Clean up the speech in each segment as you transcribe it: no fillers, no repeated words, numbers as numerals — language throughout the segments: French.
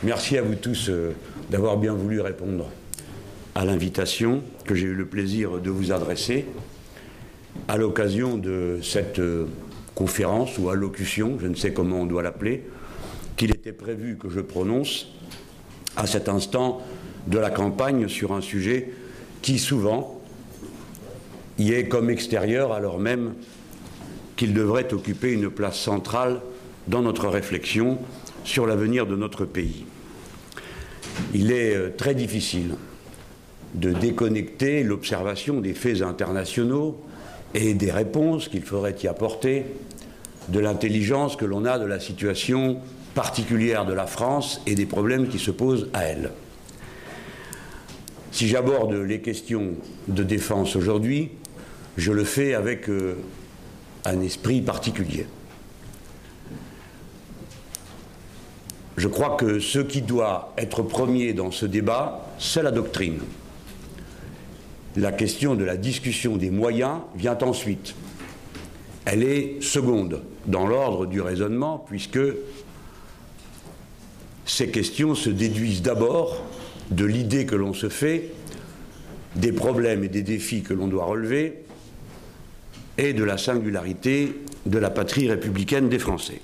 Merci à vous tous d'avoir bien voulu répondre à l'invitation que j'ai eu le plaisir de vous adresser à l'occasion de cette conférence ou allocution, je ne sais comment on doit l'appeler, qu'il était prévu que je prononce à cet instant de la campagne sur un sujet qui souvent y est comme extérieur, alors même qu'il devrait occuper une place centrale dans notre réflexion sur l'avenir de notre pays. Il est très difficile de déconnecter l'observation des faits internationaux et des réponses qu'il faudrait y apporter de l'intelligence que l'on a de la situation particulière de la France et des problèmes qui se posent à elle. Si j'aborde les questions de défense aujourd'hui, je le fais avec un esprit particulier. Je crois que ce qui doit être premier dans ce débat, c'est la doctrine. La question de la discussion des moyens vient ensuite. Elle est seconde dans l'ordre du raisonnement, puisque ces questions se déduisent d'abord de l'idée que l'on se fait des problèmes et des défis que l'on doit relever et de la singularité de la patrie républicaine des Français.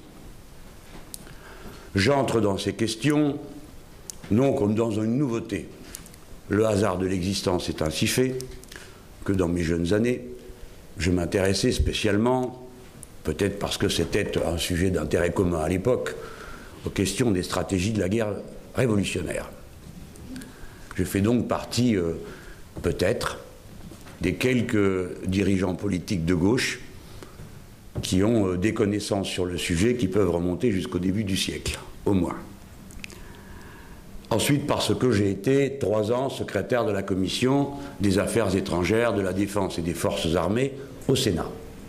J'entre dans ces questions non comme dans une nouveauté. Le hasard de l'existence est ainsi fait que dans mes jeunes années, je m'intéressais spécialement, peut-être parce que c'était un sujet d'intérêt commun à l'époque, aux questions des stratégies de la guerre révolutionnaire. Je fais donc partie, peut-être, des quelques dirigeants politiques de gauche qui ont des connaissances sur le sujet qui peuvent remonter jusqu'au début du siècle, au moins. Ensuite, parce que j'ai été 3 ans secrétaire de la Commission des Affaires étrangères, de la Défense et des Forces armées au Sénat.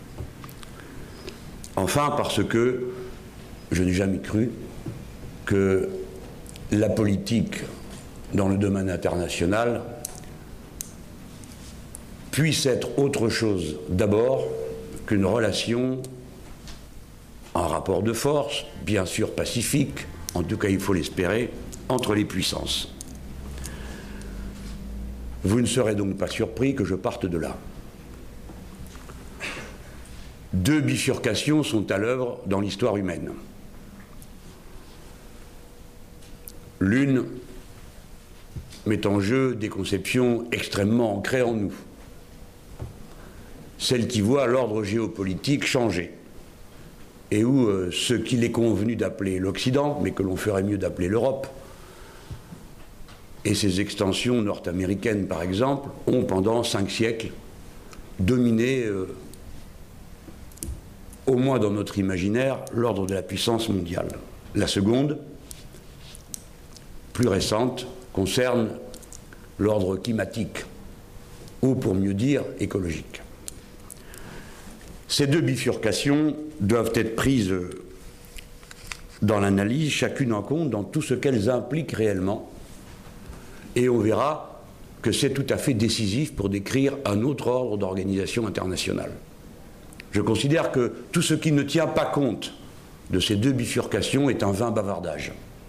Enfin, parce que je n'ai jamais cru que la politique dans le domaine international puisse être autre chose d'abord qu'une relation, un rapport de force, bien sûr pacifique, en tout cas il faut l'espérer, entre les puissances. Vous ne serez donc pas surpris que je parte de là. 2 bifurcations sont à l'œuvre dans l'histoire humaine. L'une met en jeu des conceptions extrêmement ancrées en nous, celle qui voit l'ordre géopolitique changer, et où ce qu'il est convenu d'appeler l'Occident, mais que l'on ferait mieux d'appeler l'Europe, et ses extensions nord-américaines par exemple, ont pendant 5 siècles dominé, au moins dans notre imaginaire, l'ordre de la puissance mondiale. La seconde, plus récente, concerne l'ordre climatique, ou pour mieux dire, écologique. Ces 2 bifurcations doivent être prises dans l'analyse, chacune en compte dans tout ce qu'elles impliquent réellement, et on verra que c'est tout à fait décisif pour décrire un autre ordre d'organisation internationale. Je considère que tout ce qui ne tient pas compte de ces 2 bifurcations est un vain bavardage.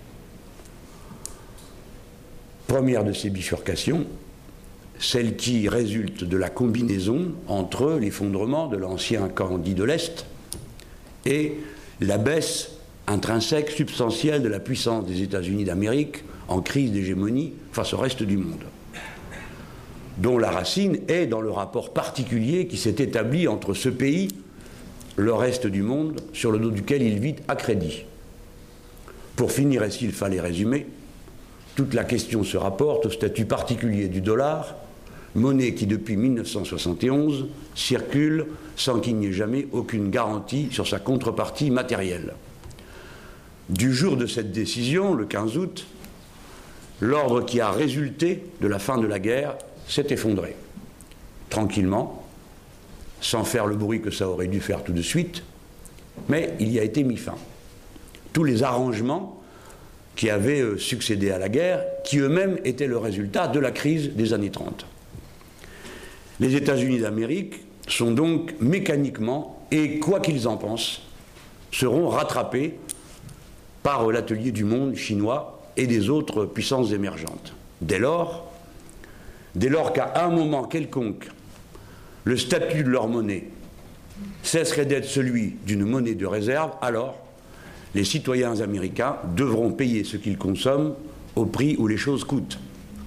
Première de ces bifurcations, celle qui résulte de la combinaison entre l'effondrement de l'ancien camp dit de l'Est et la baisse intrinsèque, substantielle de la puissance des États-Unis d'Amérique en crise d'hégémonie face au reste du monde, dont la racine est dans le rapport particulier qui s'est établi entre ce pays, le reste du monde, sur le dos duquel il vit à crédit. Pour finir, et s'il fallait résumer, toute la question se rapporte au statut particulier du dollar, monnaie qui depuis 1971 circule sans qu'il n'y ait jamais aucune garantie sur sa contrepartie matérielle. Du jour de cette décision, le 15 août, l'ordre qui a résulté de la fin de la guerre s'est effondré. Tranquillement, sans faire le bruit que ça aurait dû faire tout de suite, mais il y a été mis fin. Tous les arrangements qui avaient succédé à la guerre, qui eux-mêmes étaient le résultat de la crise des années 30. Les États-Unis d'Amérique sont donc mécaniquement, et quoi qu'ils en pensent, seront rattrapés par l'atelier du monde chinois et des autres puissances émergentes. Dès lors qu'à un moment quelconque, le statut de leur monnaie cesserait d'être celui d'une monnaie de réserve, alors les citoyens américains devront payer ce qu'ils consomment au prix où les choses coûtent.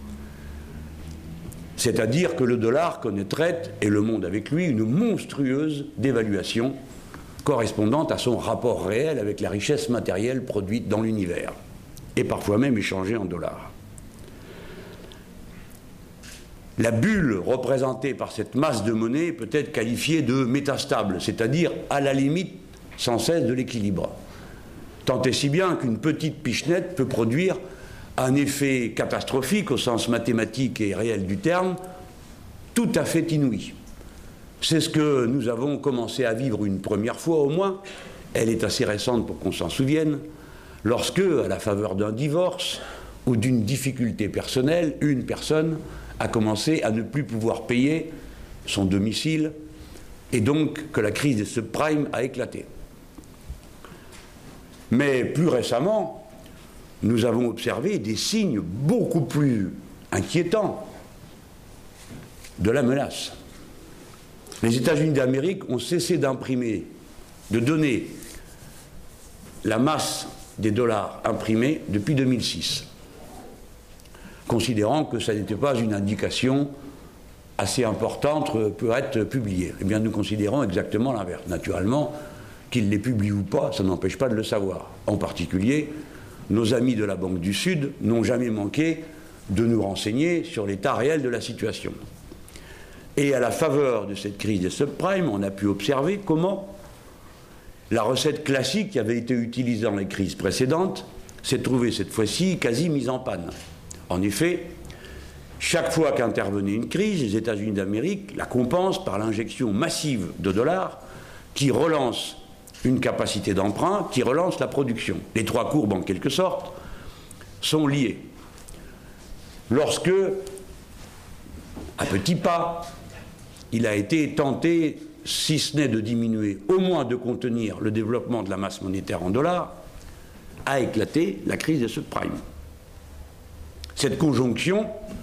C'est-à-dire que le dollar connaîtrait, et le monde avec lui, une monstrueuse dévaluation correspondante à son rapport réel avec la richesse matérielle produite dans l'univers, et parfois même échangée en dollars. La bulle représentée par cette masse de monnaie peut être qualifiée de métastable, c'est-à-dire à la limite sans cesse de l'équilibre. Tant et si bien qu'une petite pichenette peut produire un effet catastrophique au sens mathématique et réel du terme, tout à fait inouï. C'est ce que nous avons commencé à vivre une première fois au moins, elle est assez récente pour qu'on s'en souvienne, lorsque, à la faveur d'un divorce ou d'une difficulté personnelle, une personne a commencé à ne plus pouvoir payer son domicile et donc que la crise des subprimes a éclaté. Mais plus récemment, nous avons observé des signes beaucoup plus inquiétants de la menace. Les États-Unis d'Amérique ont cessé d'imprimer, de donner la masse des dollars imprimés depuis 2006, considérant que ça n'était pas une indication assez importante pour être publiée. Eh bien, nous considérons exactement l'inverse. Naturellement, qu'ils les publient ou pas, ça n'empêche pas de le savoir. En particulier, nos amis de la Banque du Sud n'ont jamais manqué de nous renseigner sur l'état réel de la situation. Et à la faveur de cette crise des subprimes, on a pu observer comment la recette classique qui avait été utilisée dans les crises précédentes s'est trouvée cette fois-ci quasi mise en panne. En effet, chaque fois qu'intervenait une crise, les États-Unis d'Amérique la compensent par l'injection massive de dollars qui relance une capacité d'emprunt, qui relance la production. Les trois courbes, en quelque sorte, sont liées. Lorsque, à petits pas, il a été tenté, si ce n'est de diminuer, au moins de contenir le développement de la masse monétaire en dollars, a éclaté la crise des subprimes. Cette conjonction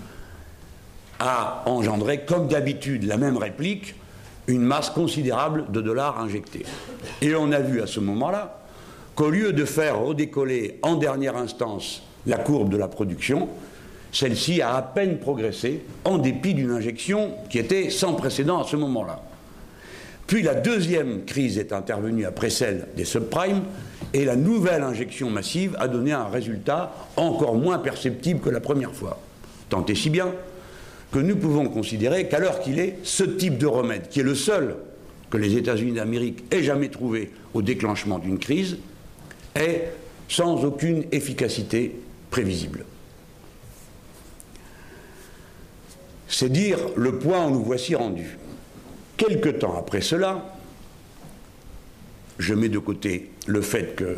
a engendré, comme d'habitude, la même réplique, une masse considérable de dollars injectés. Et on a vu à ce moment-là qu'au lieu de faire redécoller en dernière instance la courbe de la production, celle-ci a à peine progressé en dépit d'une injection qui était sans précédent à ce moment-là. Puis la deuxième crise est intervenue après celle des subprimes et la nouvelle injection massive a donné un résultat encore moins perceptible que la première fois. Tant et si bien que nous pouvons considérer qu'à l'heure qu'il est, ce type de remède, qui est le seul que les États-Unis d'Amérique aient jamais trouvé au déclenchement d'une crise, est sans aucune efficacité prévisible. C'est dire le point où nous voici rendus. Quelque temps après cela, je mets de côté le fait que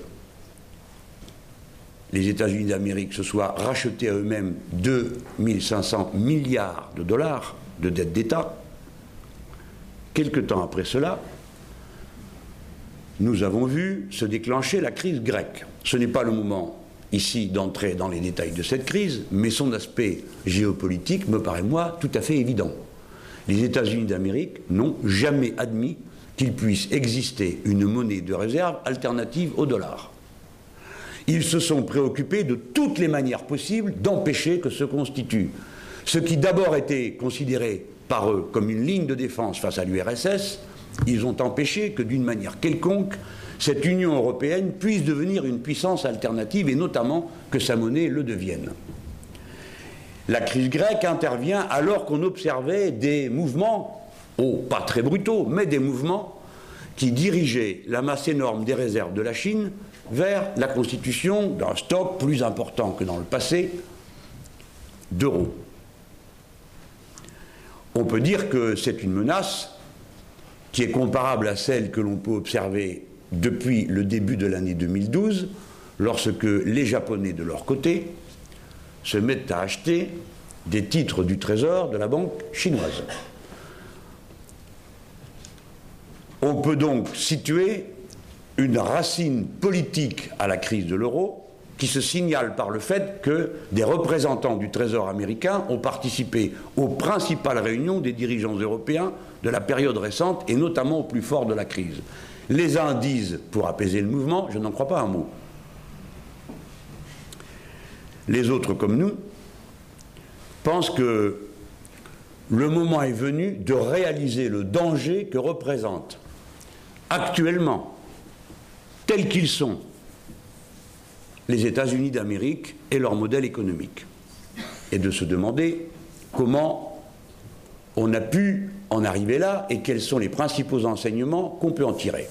les États-Unis d'Amérique se soient rachetés à eux-mêmes 2500 milliards de dollars de dettes d'État. Quelque temps après cela, nous avons vu se déclencher la crise grecque. Ce n'est pas le moment ici d'entrer dans les détails de cette crise, mais son aspect géopolitique me paraît, moi, tout à fait évident. Les États-Unis d'Amérique n'ont jamais admis qu'il puisse exister une monnaie de réserve alternative au dollar. Ils se sont préoccupés de toutes les manières possibles d'empêcher que se constitue ce qui d'abord était considéré par eux comme une ligne de défense face à l'URSS. Ils ont empêché que d'une manière quelconque cette Union européenne puisse devenir une puissance alternative et notamment que sa monnaie le devienne. La crise grecque intervient alors qu'on observait des mouvements, pas très brutaux, mais des mouvements qui dirigeaient la masse énorme des réserves de la Chine vers la constitution d'un stock plus important que dans le passé d'euros. On peut dire que c'est une menace qui est comparable à celle que l'on peut observer depuis le début de l'année 2012, lorsque les Japonais, de leur côté, se mettent à acheter des titres du Trésor de la banque chinoise. On peut donc situer une racine politique à la crise de l'euro qui se signale par le fait que des représentants du Trésor américain ont participé aux principales réunions des dirigeants européens de la période récente, et notamment au plus fort de la crise. Les uns disent pour apaiser le mouvement, je n'en crois pas un mot. Les autres, comme nous, pensent que le moment est venu de réaliser le danger que représentent actuellement, tels qu'ils sont, les États-Unis d'Amérique et leur modèle économique, et de se demander comment on a pu en arriver là et quels sont les principaux enseignements qu'on peut en tirer.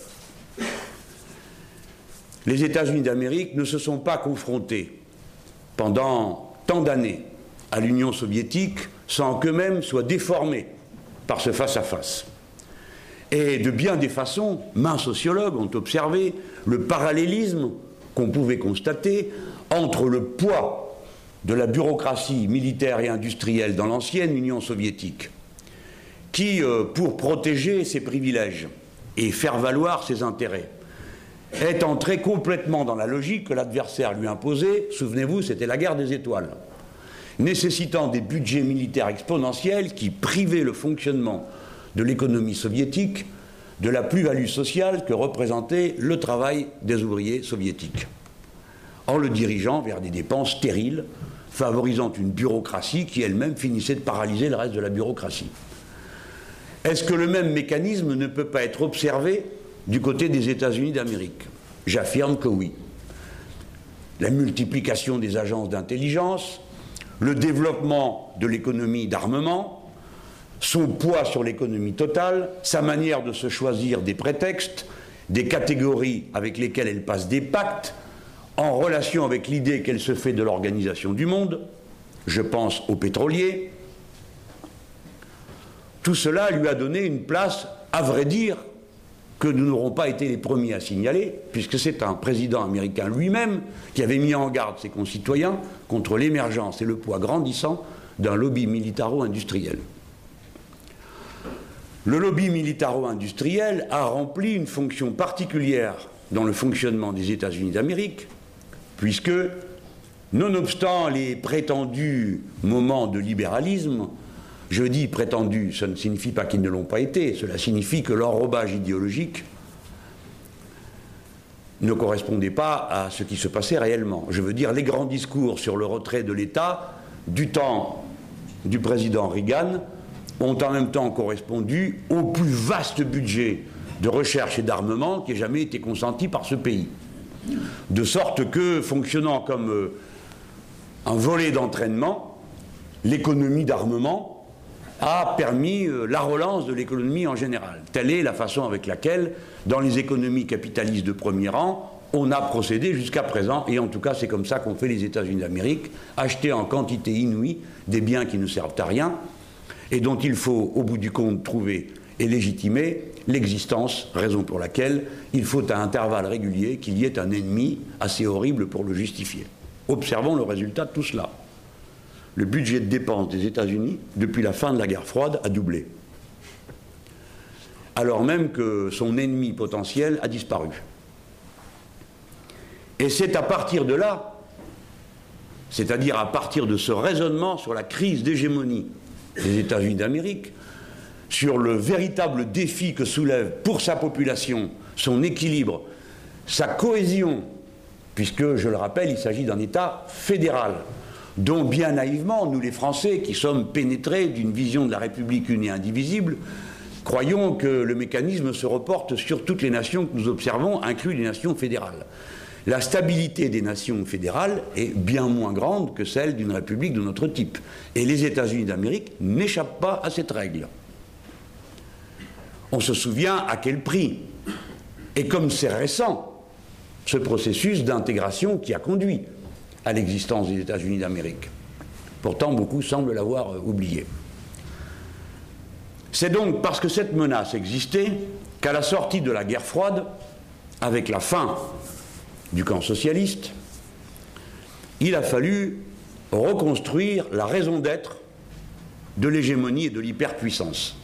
Les États-Unis d'Amérique ne se sont pas confrontés pendant tant d'années à l'Union soviétique sans qu'eux-mêmes soient déformés par ce face-à-face. Et de bien des façons, maints sociologues ont observé le parallélisme qu'on pouvait constater entre le poids de la bureaucratie militaire et industrielle dans l'ancienne Union soviétique, qui, pour protéger ses privilèges et faire valoir ses intérêts, est entré complètement dans la logique que l'adversaire lui imposait. Souvenez-vous, c'était la guerre des étoiles, nécessitant des budgets militaires exponentiels qui privaient le fonctionnement de l'économie soviétique de la plus-value sociale que représentait le travail des ouvriers soviétiques, en le dirigeant vers des dépenses stériles, favorisant une bureaucratie qui elle-même finissait de paralyser le reste de la bureaucratie. Est-ce que le même mécanisme ne peut pas être observé du côté des États-Unis d'Amérique? J'affirme que oui. La multiplication des agences d'intelligence, le développement de l'économie d'armement, son poids sur l'économie totale, sa manière de se choisir des prétextes, des catégories avec lesquelles elle passe des pactes, en relation avec l'idée qu'elle se fait de l'organisation du monde, je pense aux pétroliers, tout cela lui a donné une place, à vrai dire, que nous n'aurons pas été les premiers à signaler, puisque c'est un président américain lui-même qui avait mis en garde ses concitoyens contre l'émergence et le poids grandissant d'un lobby militaro-industriel. Le lobby militaro-industriel a rempli une fonction particulière dans le fonctionnement des États-Unis d'Amérique, puisque, nonobstant les prétendus moments de libéralisme, je dis prétendus, ça ne signifie pas qu'ils ne l'ont pas été, cela signifie que l'enrobage idéologique ne correspondait pas à ce qui se passait réellement. Je veux dire, les grands discours sur le retrait de l'État du temps du président Reagan ont en même temps correspondu au plus vaste budget de recherche et d'armement qui ait jamais été consenti par ce pays. De sorte que, fonctionnant comme un volet d'entraînement, l'économie d'armement a permis la relance de l'économie en général. Telle est la façon avec laquelle, dans les économies capitalistes de premier rang, on a procédé jusqu'à présent, et en tout cas c'est comme ça qu'ont fait les États-Unis d'Amérique, acheter en quantité inouïe des biens qui ne servent à rien, et dont il faut, au bout du compte, trouver et légitimer l'existence, raison pour laquelle il faut à intervalles réguliers qu'il y ait un ennemi assez horrible pour le justifier. Observons le résultat de tout cela. Le budget de dépenses des États-Unis, depuis la fin de la guerre froide, a doublé, alors même que son ennemi potentiel a disparu. Et c'est à partir de là, c'est-à-dire à partir de ce raisonnement sur la crise d'hégémonie des États-Unis d'Amérique, sur le véritable défi que soulève pour sa population son équilibre, sa cohésion, puisque, je le rappelle, il s'agit d'un État fédéral, dont bien naïvement, nous les Français, qui sommes pénétrés d'une vision de la République unie et indivisible, croyons que le mécanisme se reporte sur toutes les nations que nous observons, inclus les nations fédérales. La stabilité des nations fédérales est bien moins grande que celle d'une république de notre type. Et les États-Unis d'Amérique n'échappent pas à cette règle. On se souvient à quel prix. Et comme c'est récent, ce processus d'intégration qui a conduit à l'existence des États-Unis d'Amérique. Pourtant, beaucoup semblent l'avoir oublié. C'est donc parce que cette menace existait qu'à la sortie de la guerre froide, avec la fin du camp socialiste, il a fallu reconstruire la raison d'être de l'hégémonie et de l'hyperpuissance.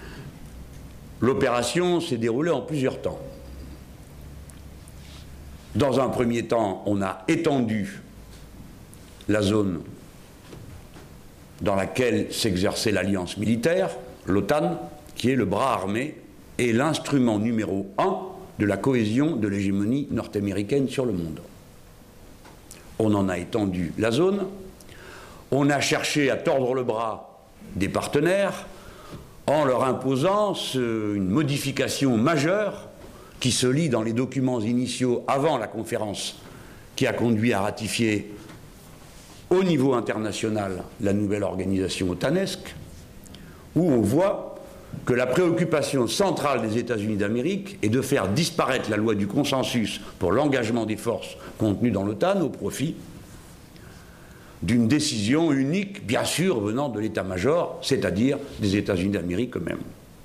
L'opération s'est déroulée en plusieurs temps. Dans un premier temps, on a étendu la zone dans laquelle s'exerçait l'alliance militaire, l'OTAN, qui est le bras armé et l'instrument numéro 1 de la cohésion de l'hégémonie nord-américaine sur le monde. On en a étendu la zone, on a cherché à tordre le bras des partenaires en leur imposant une modification majeure qui se lit dans les documents initiaux avant la conférence qui a conduit à ratifier au niveau international la nouvelle organisation otanesque, où on voit que la préoccupation centrale des États-Unis d'Amérique est de faire disparaître la loi du consensus pour l'engagement des forces contenues dans l'OTAN au profit d'une décision unique, bien sûr, venant de l'état-major, c'est-à-dire des États-Unis d'Amérique eux-mêmes.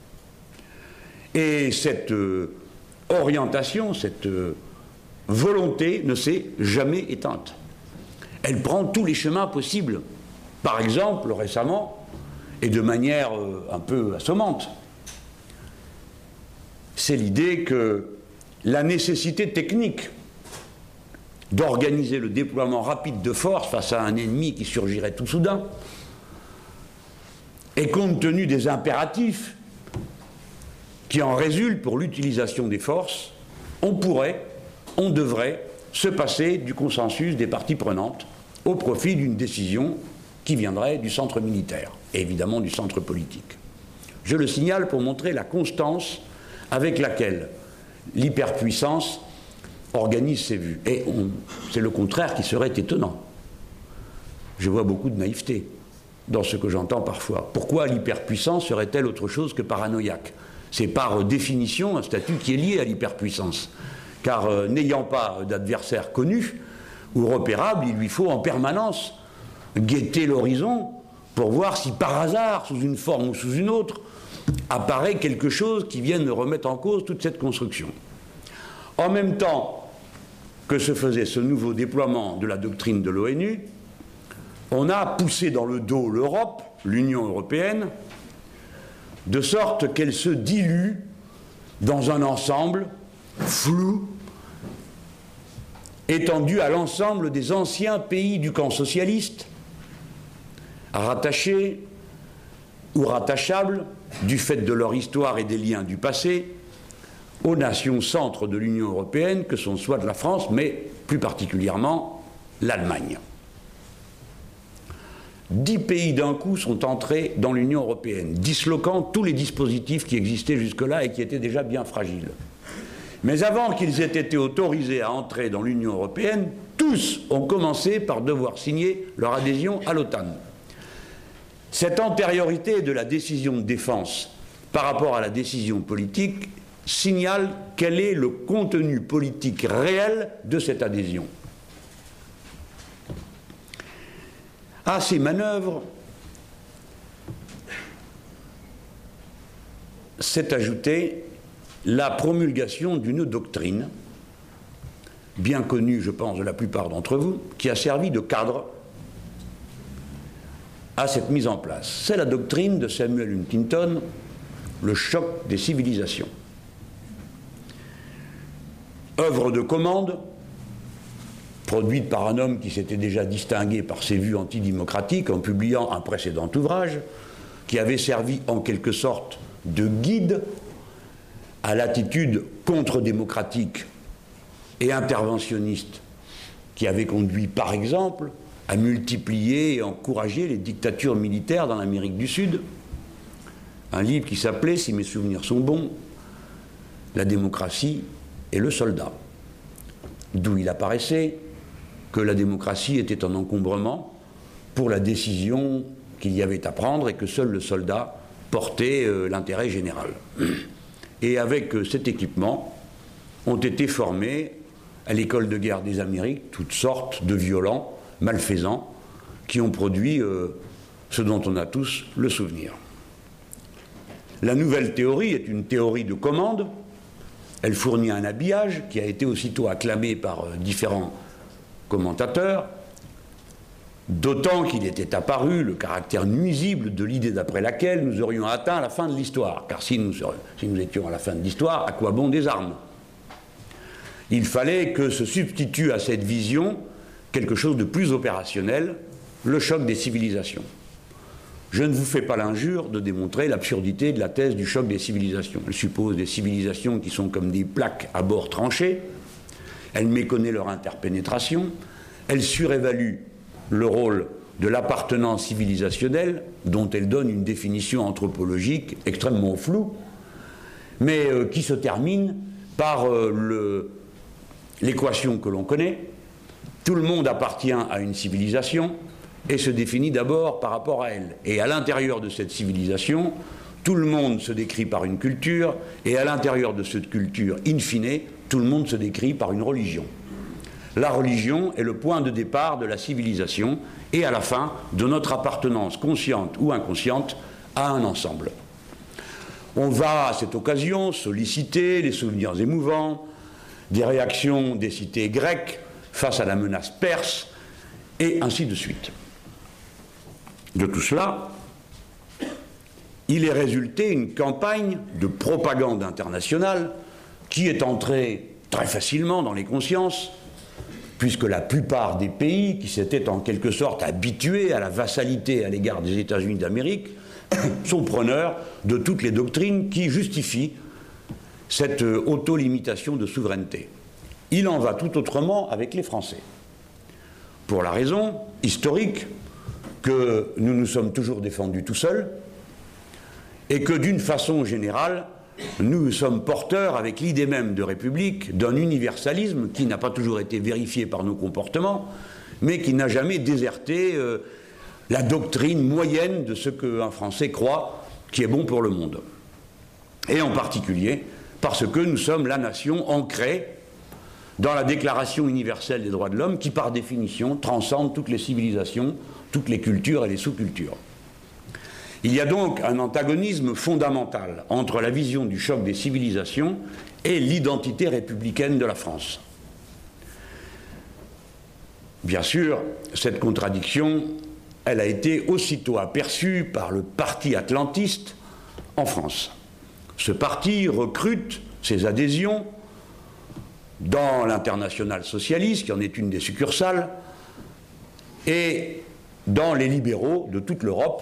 Et cette orientation, cette volonté ne s'est jamais éteinte. Elle prend tous les chemins possibles. Par exemple, récemment, et de manière un peu assommante, c'est l'idée que la nécessité technique d'organiser le déploiement rapide de forces face à un ennemi qui surgirait tout soudain, et compte tenu des impératifs qui en résultent pour l'utilisation des forces, on devrait se passer du consensus des parties prenantes au profit d'une décision qui viendrait du centre militaire et évidemment du centre politique. Je le signale pour montrer la constance avec laquelle l'hyperpuissance organise ses vues. Et c'est le contraire qui serait étonnant. Je vois beaucoup de naïveté dans ce que j'entends parfois. Pourquoi l'hyperpuissance serait-elle autre chose que paranoïaque? C'est par définition un statut qui est lié à l'hyperpuissance. Car n'ayant pas d'adversaire connu ou repérable, il lui faut en permanence guetter l'horizon pour voir si par hasard, sous une forme ou sous une autre, apparaît quelque chose qui vienne remettre en cause toute cette construction. En même temps que se faisait ce nouveau déploiement de la doctrine de l'ONU, on a poussé dans le dos l'Europe, l'Union européenne, de sorte qu'elle se dilue dans un ensemble flou, étendu à l'ensemble des anciens pays du camp socialiste, rattachés ou rattachables, du fait de leur histoire et des liens du passé, aux nations centres de l'Union européenne, que sont soit la France, mais plus particulièrement l'Allemagne. 10 pays d'un coup sont entrés dans l'Union européenne, disloquant tous les dispositifs qui existaient jusque-là et qui étaient déjà bien fragiles. Mais avant qu'ils aient été autorisés à entrer dans l'Union européenne, tous ont commencé par devoir signer leur adhésion à l'OTAN. Cette antériorité de la décision de défense par rapport à la décision politique signale quel est le contenu politique réel de cette adhésion. À ces manœuvres s'est ajoutée la promulgation d'une doctrine, bien connue, je pense, de la plupart d'entre vous, qui a servi de cadre à cette mise en place. C'est la doctrine de Samuel Huntington, le choc des civilisations. Œuvre de commande, produite par un homme qui s'était déjà distingué par ses vues antidémocratiques en publiant un précédent ouvrage, qui avait servi en quelque sorte de guide à l'attitude contre-démocratique et interventionniste qui avait conduit, par exemple, à multiplier et encourager les dictatures militaires dans l'Amérique du Sud. Un livre qui s'appelait, si mes souvenirs sont bons, La démocratie et le soldat, d'où il apparaissait que la démocratie était un encombrement pour la décision qu'il y avait à prendre et que seul le soldat portait l'intérêt général. Et avec cet équipement ont été formés à l'école de guerre des Amériques toutes sortes de violents, malfaisants, qui ont produit ce dont on a tous le souvenir. La nouvelle théorie est une théorie de commande. Elle fournit un habillage qui a été aussitôt acclamé par différents commentateurs, d'autant qu'il était apparu le caractère nuisible de l'idée d'après laquelle nous aurions atteint la fin de l'histoire. Car si nous étions à la fin de l'histoire, à quoi bon des armes? il fallait que se substitue à cette vision quelque chose de plus opérationnel, le choc des civilisations. Je ne vous fais pas l'injure de démontrer l'absurdité de la thèse du choc des civilisations. Elle suppose des civilisations qui sont comme des plaques à bord tranché, elle méconnaît leur interpénétration, elle surévalue le rôle de l'appartenance civilisationnelle, dont elle donne une définition anthropologique extrêmement floue, mais qui se termine par l'équation que l'on connaît. Tout le monde appartient à une civilisation et se définit d'abord par rapport à elle. Et à l'intérieur de cette civilisation, tout le monde se décrit par une culture, et à l'intérieur de cette culture, in fine, tout le monde se décrit par une religion. La religion est le point de départ de la civilisation et à la fin de notre appartenance consciente ou inconsciente à un ensemble. On va à cette occasion solliciter les souvenirs émouvants des réactions des cités grecques face à la menace perse et ainsi de suite. De tout cela, il est résulté une campagne de propagande internationale qui est entrée très facilement dans les consciences, puisque la plupart des pays qui s'étaient en quelque sorte habitués à la vassalité à l'égard des États-Unis d'Amérique sont preneurs de toutes les doctrines qui justifient cette auto-limitation de souveraineté. Il en va tout autrement avec les Français. Pour la raison historique que nous nous sommes toujours défendus tout seuls et que d'une façon générale, nous sommes porteurs, avec l'idée même de République, d'un universalisme qui n'a pas toujours été vérifié par nos comportements, mais qui n'a jamais déserté la doctrine moyenne de ce qu'un Français croit qui est bon pour le monde. Et en particulier parce que nous sommes la nation ancrée dans la Déclaration universelle des droits de l'homme qui, par définition, transcende toutes les civilisations, toutes les cultures et les sous-cultures. Il y a donc un antagonisme fondamental entre la vision du choc des civilisations et l'identité républicaine de la France. Bien sûr, cette contradiction, elle a été aussitôt aperçue par le parti atlantiste en France. Ce parti recrute ses adhésions dans l'Internationale socialiste, qui en est une des succursales, et dans les libéraux de toute l'Europe,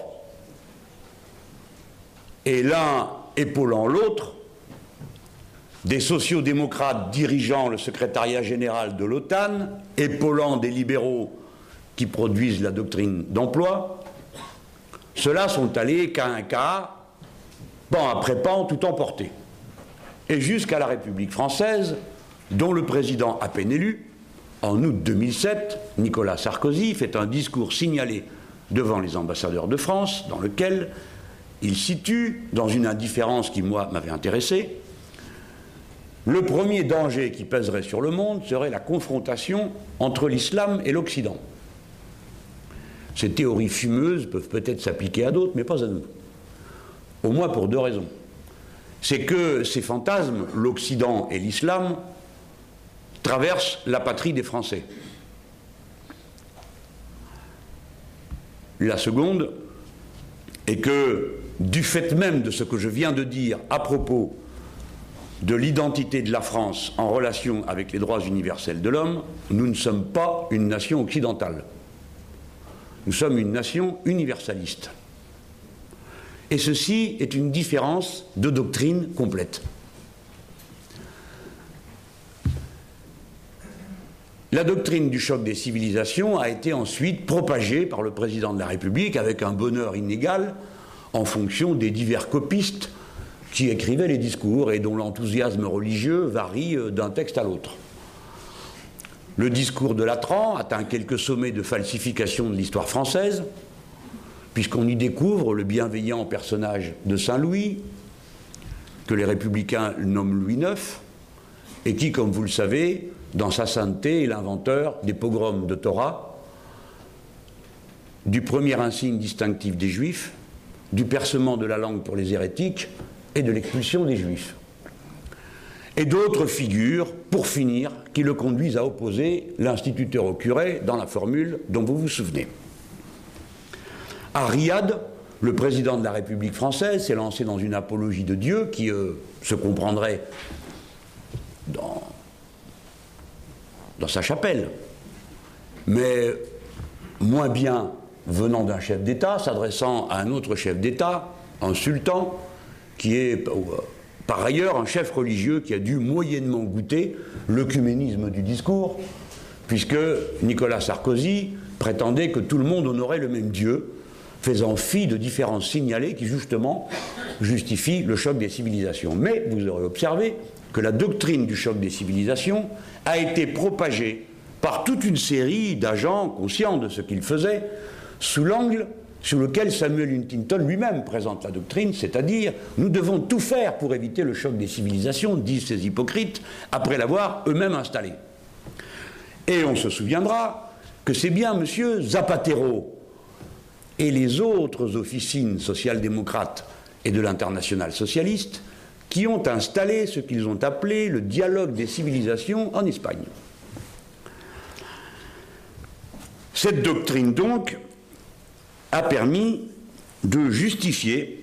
et l'un épaulant l'autre, des sociodémocrates dirigeant le secrétariat général de l'OTAN, épaulant des libéraux qui produisent la doctrine d'emploi. Ceux-là sont allés cas un cas, pan après pan, tout emporter. Et jusqu'à la République française, dont le président à peine élu, en août 2007, Nicolas Sarkozy, fait un discours signalé devant les ambassadeurs de France, dans lequel il situe, dans une indifférence qui, moi, m'avait intéressé, le premier danger qui pèserait sur le monde serait la confrontation entre l'islam et l'Occident. Ces théories fumeuses peuvent peut-être s'appliquer à d'autres, mais pas à nous. Au moins pour deux raisons. C'est que ces fantasmes, l'Occident et l'islam, traversent la patrie des Français. La seconde est que, du fait même de ce que je viens de dire à propos de l'identité de la France en relation avec les droits universels de l'homme, nous ne sommes pas une nation occidentale. Nous sommes une nation universaliste. Et ceci est une différence de doctrine complète. La doctrine du choc des civilisations a été ensuite propagée par le président de la République avec un bonheur inégal en fonction des divers copistes qui écrivaient les discours et dont l'enthousiasme religieux varie d'un texte à l'autre. Le discours de Latran atteint quelques sommets de falsification de l'histoire française, puisqu'on y découvre le bienveillant personnage de Saint-Louis, que les républicains nomment Louis IX, et qui, comme vous le savez, dans sa sainteté, est l'inventeur des pogroms de Torah, du premier insigne distinctif des Juifs, du percement de la langue pour les hérétiques et de l'expulsion des Juifs. Et d'autres figures, pour finir, qui le conduisent à opposer l'instituteur au curé dans la formule dont vous vous souvenez. À Riyad, le président de la République française s'est lancé dans une apologie de Dieu qui se comprendrait dans dans sa chapelle, mais moins bien venant d'un chef d'État, s'adressant à un autre chef d'État, un sultan, qui est par ailleurs un chef religieux qui a dû moyennement goûter l'œcuménisme du discours, puisque Nicolas Sarkozy prétendait que tout le monde honorait le même Dieu, faisant fi de différences signalées qui justement justifient le choc des civilisations. Mais vous aurez observé que la doctrine du choc des civilisations a été propagée par toute une série d'agents conscients de ce qu'ils faisaient, sous l'angle sous lequel Samuel Huntington lui-même présente la doctrine, c'est-à-dire nous devons tout faire pour éviter le choc des civilisations, disent ces hypocrites, après l'avoir eux-mêmes installé. Et on se souviendra que c'est bien M. Zapatero et les autres officines social-démocrates et de l'internationale socialiste qui ont installé ce qu'ils ont appelé le dialogue des civilisations en Espagne. Cette doctrine, donc, a permis de justifier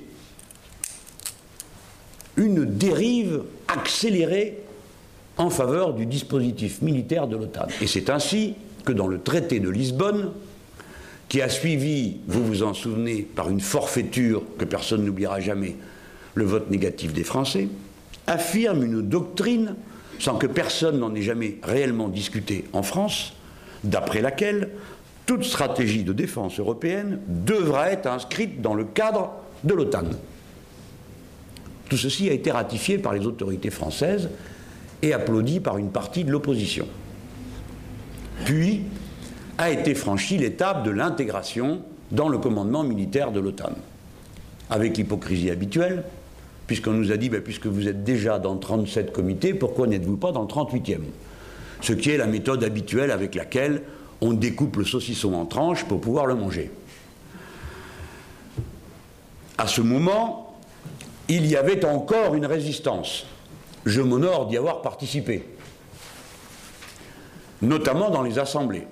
une dérive accélérée en faveur du dispositif militaire de l'OTAN. Et c'est ainsi que dans le traité de Lisbonne, qui a suivi, vous vous en souvenez, par une forfaiture que personne n'oubliera jamais, le vote négatif des Français, affirme une doctrine, sans que personne n'en ait jamais réellement discuté en France, d'après laquelle toute stratégie de défense européenne devra être inscrite dans le cadre de l'OTAN. Tout ceci a été ratifié par les autorités françaises et applaudi par une partie de l'opposition. Puis a été franchie l'étape de l'intégration dans le commandement militaire de l'OTAN, avec l'hypocrisie habituelle, puisqu'on nous a dit, puisque vous êtes déjà dans 37 comités, pourquoi n'êtes-vous pas dans le 38e? Ce qui est la méthode habituelle avec laquelle on découpe le saucisson en tranches pour pouvoir le manger. À ce moment, il y avait encore une résistance. Je m'honore d'y avoir participé, notamment dans les assemblées.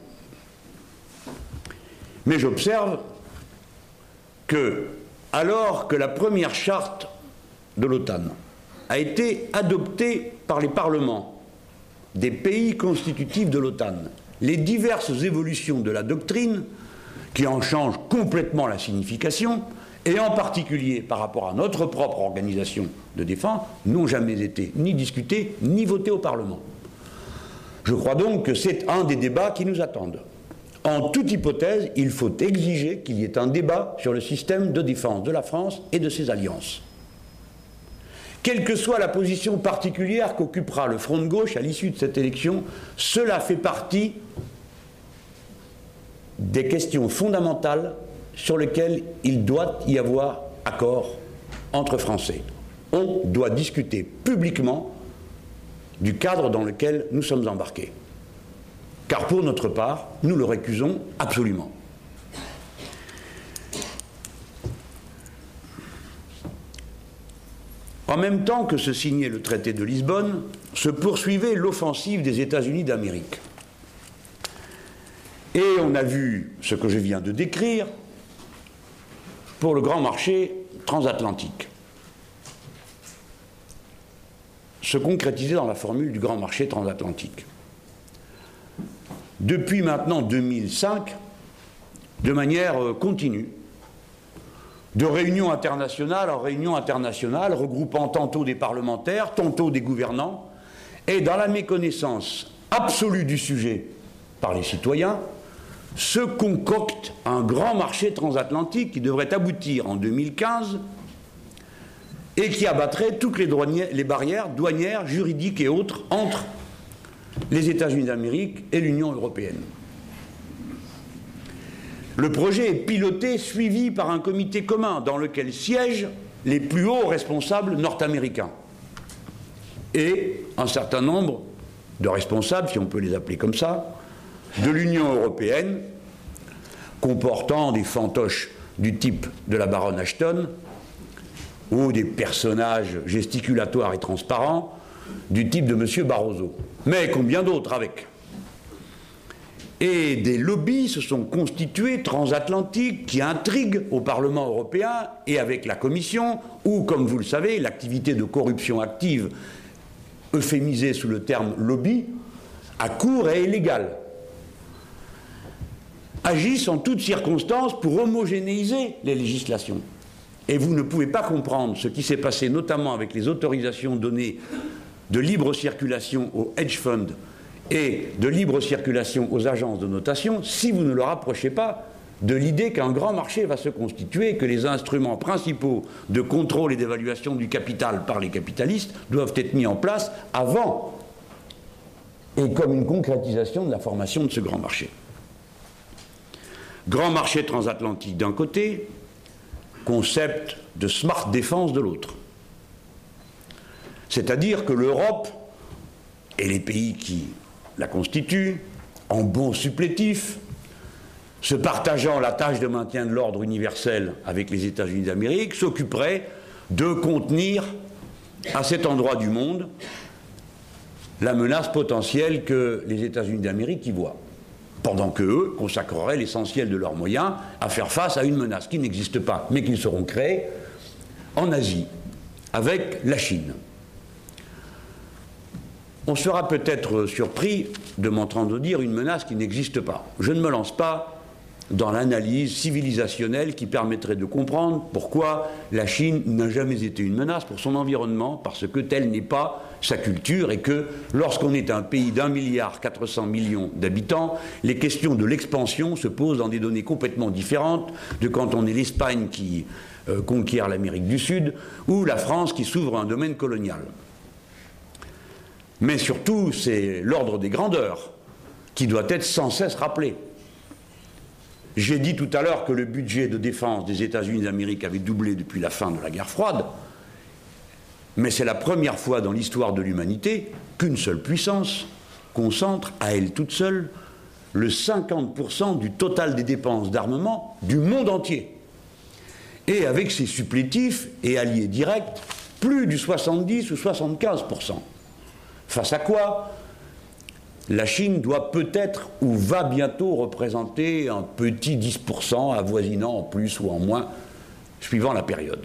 Mais j'observe que, alors que la première charte de l'OTAN a été adoptée par les parlements des pays constitutifs de l'OTAN, les diverses évolutions de la doctrine, qui en changent complètement la signification, et en particulier par rapport à notre propre organisation de défense, n'ont jamais été ni discutées, ni votées au Parlement. Je crois donc que c'est un des débats qui nous attendent. En toute hypothèse, il faut exiger qu'il y ait un débat sur le système de défense de la France et de ses alliances. Quelle que soit la position particulière qu'occupera le Front de gauche à l'issue de cette élection, cela fait partie des questions fondamentales sur lesquelles il doit y avoir accord entre Français. On doit discuter publiquement du cadre dans lequel nous sommes embarqués. Car pour notre part, nous le récusons absolument. En même temps que se signait le traité de Lisbonne, se poursuivait l'offensive des États-Unis d'Amérique. Et on a vu ce que je viens de décrire pour le grand marché transatlantique, se concrétiser dans la formule du grand marché transatlantique. Depuis maintenant 2005, de manière continue, de réunion internationale en réunion internationale, regroupant tantôt des parlementaires, tantôt des gouvernants, et dans la méconnaissance absolue du sujet par les citoyens, se concocte un grand marché transatlantique qui devrait aboutir en 2015 et qui abattrait toutes les barrières douanières, juridiques et autres entre les États-Unis d'Amérique et l'Union européenne. Le projet est piloté, suivi par un comité commun dans lequel siègent les plus hauts responsables nord-américains et un certain nombre de responsables, si on peut les appeler comme ça, de l'Union européenne, comportant des fantoches du type de la baronne Ashton ou des personnages gesticulatoires et transparents du type de M. Barroso, mais combien d'autres avec. Et des lobbies se sont constitués transatlantiques qui intriguent au Parlement européen et avec la Commission, où, comme vous le savez, l'activité de corruption active, euphémisée sous le terme lobby, à court et illégal, agissent en toutes circonstances pour homogénéiser les législations. Et vous ne pouvez pas comprendre ce qui s'est passé notamment avec les autorisations données de libre circulation aux hedge funds et de libre circulation aux agences de notation si vous ne le rapprochez pas de l'idée qu'un grand marché va se constituer, que les instruments principaux de contrôle et d'évaluation du capital par les capitalistes doivent être mis en place avant et comme une concrétisation de la formation de ce grand marché. Grand marché transatlantique d'un côté, concept de smart défense de l'autre. C'est-à-dire que l'Europe et les pays qui la constituent, en bons supplétifs, se partageant la tâche de maintien de l'ordre universel avec les États-Unis d'Amérique, s'occuperaient de contenir à cet endroit du monde la menace potentielle que les États-Unis d'Amérique y voient, pendant qu'eux consacreraient l'essentiel de leurs moyens à faire face à une menace qui n'existe pas, mais qu'ils seront créés en Asie, avec la Chine. On sera peut-être surpris de m'entendre dire une menace qui n'existe pas. Je ne me lance pas dans l'analyse civilisationnelle qui permettrait de comprendre pourquoi la Chine n'a jamais été une menace pour son environnement, parce que telle n'est pas sa culture et que lorsqu'on est un pays d'1,4 milliard d'habitants, les questions de l'expansion se posent dans des données complètement différentes de quand on est l'Espagne qui conquiert l'Amérique du Sud ou la France qui s'ouvre à un domaine colonial. Mais surtout, c'est l'ordre des grandeurs qui doit être sans cesse rappelé. J'ai dit tout à l'heure que le budget de défense des États-Unis d'Amérique avait doublé depuis la fin de la guerre froide, mais c'est la première fois dans l'histoire de l'humanité qu'une seule puissance concentre à elle toute seule le 50% du total des dépenses d'armement du monde entier. Et avec ses supplétifs et alliés directs, plus du 70 ou 75%. Face à quoi la Chine doit peut-être ou va bientôt représenter un petit 10% avoisinant en plus ou en moins, suivant la période.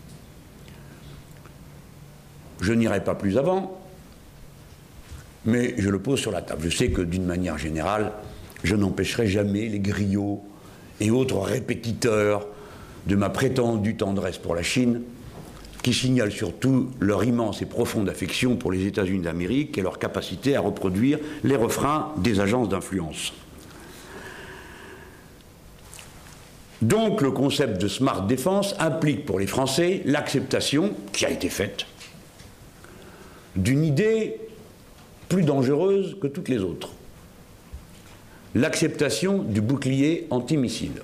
Je n'irai pas plus avant, mais je le pose sur la table. Je sais que d'une manière générale, je n'empêcherai jamais les griots et autres répétiteurs de ma prétendue tendresse pour la Chine, qui signalent surtout leur immense et profonde affection pour les États-Unis d'Amérique et leur capacité à reproduire les refrains des agences d'influence. Donc le concept de smart défense implique pour les Français l'acceptation, qui a été faite, d'une idée plus dangereuse que toutes les autres. L'acceptation du bouclier antimissile.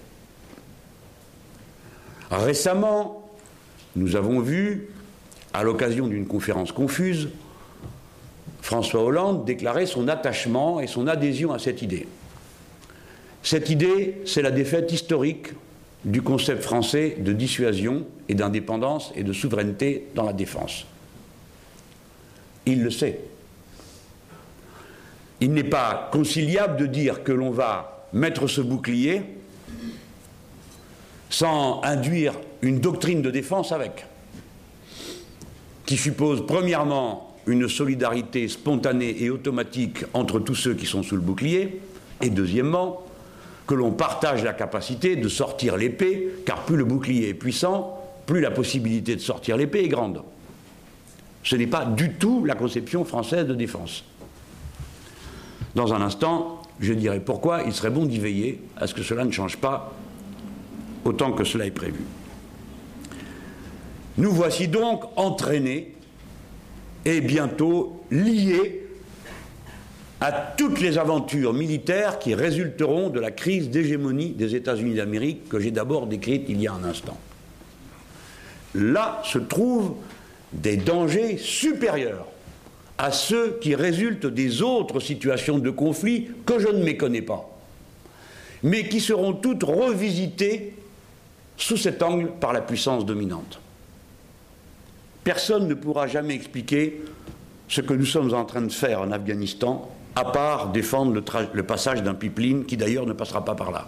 Récemment, nous avons vu, à l'occasion d'une conférence confuse, François Hollande déclarer son attachement et son adhésion à cette idée. Cette idée, c'est la défaite historique du concept français de dissuasion et d'indépendance et de souveraineté dans la défense. Il le sait. Il n'est pas conciliable de dire que l'on va mettre ce bouclier sans induire une doctrine de défense avec, qui suppose premièrement une solidarité spontanée et automatique entre tous ceux qui sont sous le bouclier, et deuxièmement, que l'on partage la capacité de sortir l'épée, car plus le bouclier est puissant, plus la possibilité de sortir l'épée est grande. Ce n'est pas du tout la conception française de défense. Dans un instant, je dirai pourquoi il serait bon d'y veiller à ce que cela ne change pas autant que cela est prévu. Nous voici donc entraînés et bientôt liés à toutes les aventures militaires qui résulteront de la crise d'hégémonie des États-Unis d'Amérique que j'ai d'abord décrite il y a un instant. Là se trouvent des dangers supérieurs à ceux qui résultent des autres situations de conflit que je ne méconnais pas, mais qui seront toutes revisitées sous cet angle par la puissance dominante. Personne ne pourra jamais expliquer ce que nous sommes en train de faire en Afghanistan, à part défendre le passage d'un pipeline qui d'ailleurs ne passera pas par là.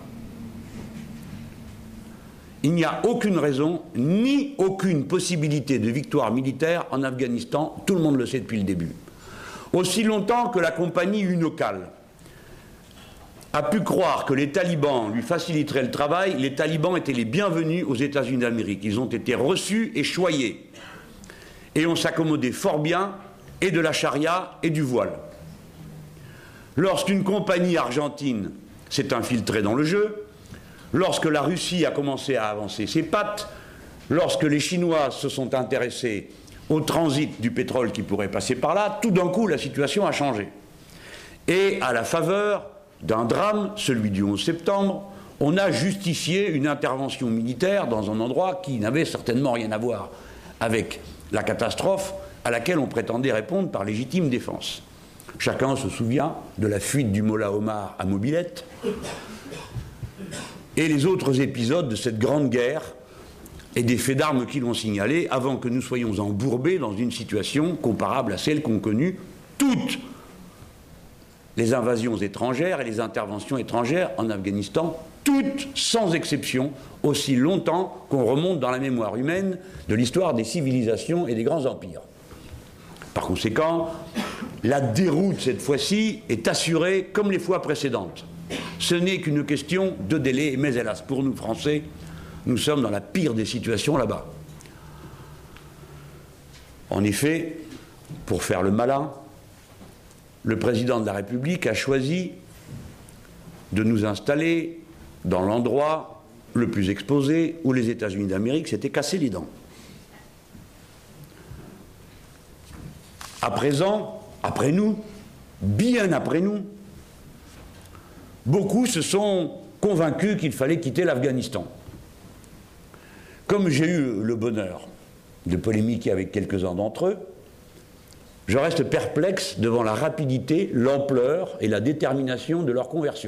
Il n'y a aucune raison, ni aucune possibilité de victoire militaire en Afghanistan, tout le monde le sait depuis le début. Aussi longtemps que la compagnie Unocal a pu croire que les talibans lui faciliteraient le travail, les talibans étaient les bienvenus aux États-Unis d'Amérique. Ils ont été reçus et choyés. Et on s'accommodait fort bien et de la charia et du voile. Lorsqu'une compagnie argentine s'est infiltrée dans le jeu, lorsque la Russie a commencé à avancer ses pattes, lorsque les Chinois se sont intéressés au transit du pétrole qui pourrait passer par là, tout d'un coup la situation a changé. Et à la faveur d'un drame, celui du 11 septembre, on a justifié une intervention militaire dans un endroit qui n'avait certainement rien à voir avec la catastrophe à laquelle on prétendait répondre par légitime défense. Chacun se souvient de la fuite du Mollah Omar à Mobilette et les autres épisodes de cette grande guerre et des faits d'armes qui l'ont signalé avant que nous soyons embourbés dans une situation comparable à celle qu'ont connue toutes les invasions étrangères et les interventions étrangères en Afghanistan, toutes sans exception, aussi longtemps qu'on remonte dans la mémoire humaine de l'histoire des civilisations et des grands empires. Par conséquent, la déroute cette fois-ci est assurée comme les fois précédentes. Ce n'est qu'une question de délai, mais hélas, pour nous Français, nous sommes dans la pire des situations là-bas. En effet, pour faire le malin, le président de la République a choisi de nous installer dans l'endroit le plus exposé où les États-Unis d'Amérique s'étaient cassés les dents. À présent, après nous, bien après nous, beaucoup se sont convaincus qu'il fallait quitter l'Afghanistan. Comme j'ai eu le bonheur de polémiquer avec quelques-uns d'entre eux, je reste perplexe devant la rapidité, l'ampleur et la détermination de leur conversion.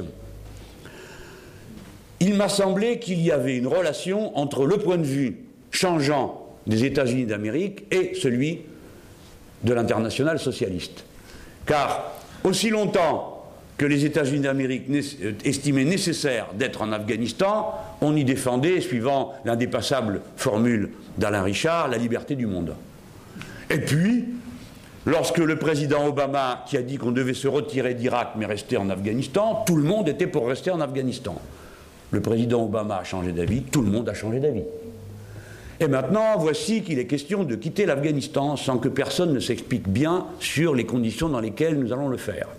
Il m'a semblé qu'il y avait une relation entre le point de vue changeant des États-Unis d'Amérique et celui de l'internationale socialiste. Car aussi longtemps que les États-Unis d'Amérique estimaient nécessaire d'être en Afghanistan, on y défendait, suivant l'indépassable formule d'Alain Richard, la liberté du monde. Et puis, lorsque le président Obama, qui a dit qu'on devait se retirer d'Irak mais rester en Afghanistan, tout le monde était pour rester en Afghanistan. Le président Obama a changé d'avis, tout le monde a changé d'avis. Et maintenant, voici qu'il est question de quitter l'Afghanistan sans que personne ne s'explique bien sur les conditions dans lesquelles nous allons le faire.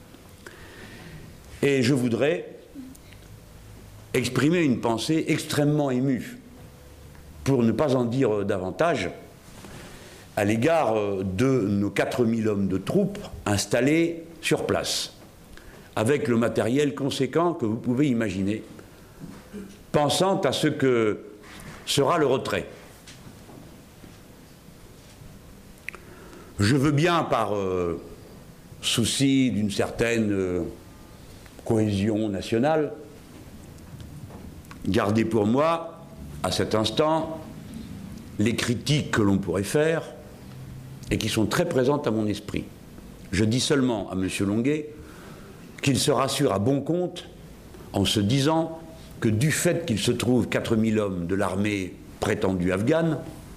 Et je voudrais exprimer une pensée extrêmement émue, pour ne pas en dire davantage, à l'égard de nos 4000 hommes de troupes installés sur place, avec le matériel conséquent que vous pouvez imaginer, pensant à ce que sera le retrait. Je veux bien, par souci d'une certaine cohésion nationale, garder pour moi, à cet instant, les critiques que l'on pourrait faire et qui sont très présentes à mon esprit. Je dis seulement à M. Longuet qu'il se rassure à bon compte en se disant que du fait qu'il se trouve 4000 hommes de l'armée prétendue afghane,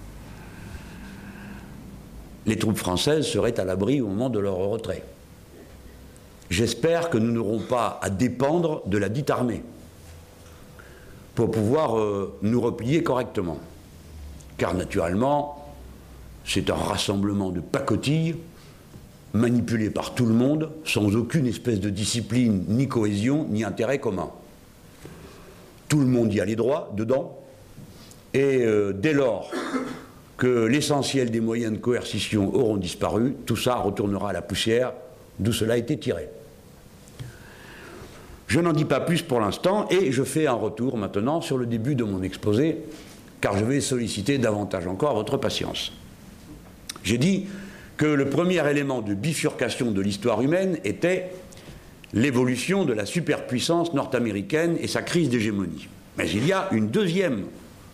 les troupes françaises seraient à l'abri au moment de leur retrait. J'espère que nous n'aurons pas à dépendre de la dite armée pour pouvoir nous replier correctement. Car naturellement, c'est un rassemblement de pacotilles manipulé par tout le monde, sans aucune espèce de discipline, ni cohésion, ni intérêt commun. Tout le monde y allait droit, dedans, et dès lors que l'essentiel des moyens de coercition auront disparu, tout ça retournera à la poussière d'où cela a été tiré. Je n'en dis pas plus pour l'instant, et je fais un retour maintenant sur le début de mon exposé, car je vais solliciter davantage encore votre patience. J'ai dit que le premier élément de bifurcation de l'histoire humaine était l'évolution de la superpuissance nord-américaine et sa crise d'hégémonie. Mais il y a une deuxième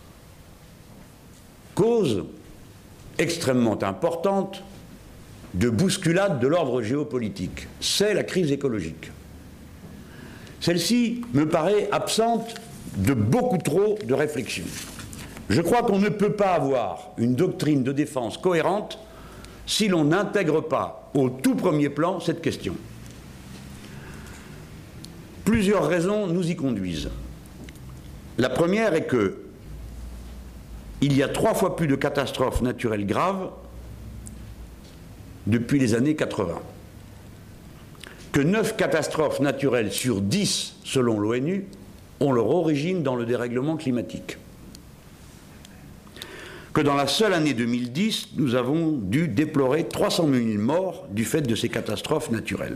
cause extrêmement importante de bousculade de l'ordre géopolitique. C'est la crise écologique. Celle-ci me paraît absente de beaucoup trop de réflexion. Je crois qu'on ne peut pas avoir une doctrine de défense cohérente si l'on n'intègre pas pas au tout premier plan cette question. Plusieurs raisons nous y conduisent. La première est que il y a 3 fois plus de catastrophes naturelles graves depuis les années 80. Que 9 catastrophes naturelles sur 10, selon l'ONU, ont leur origine dans le dérèglement climatique. Que dans la seule année 2010, nous avons dû déplorer 300 000 morts du fait de ces catastrophes naturelles.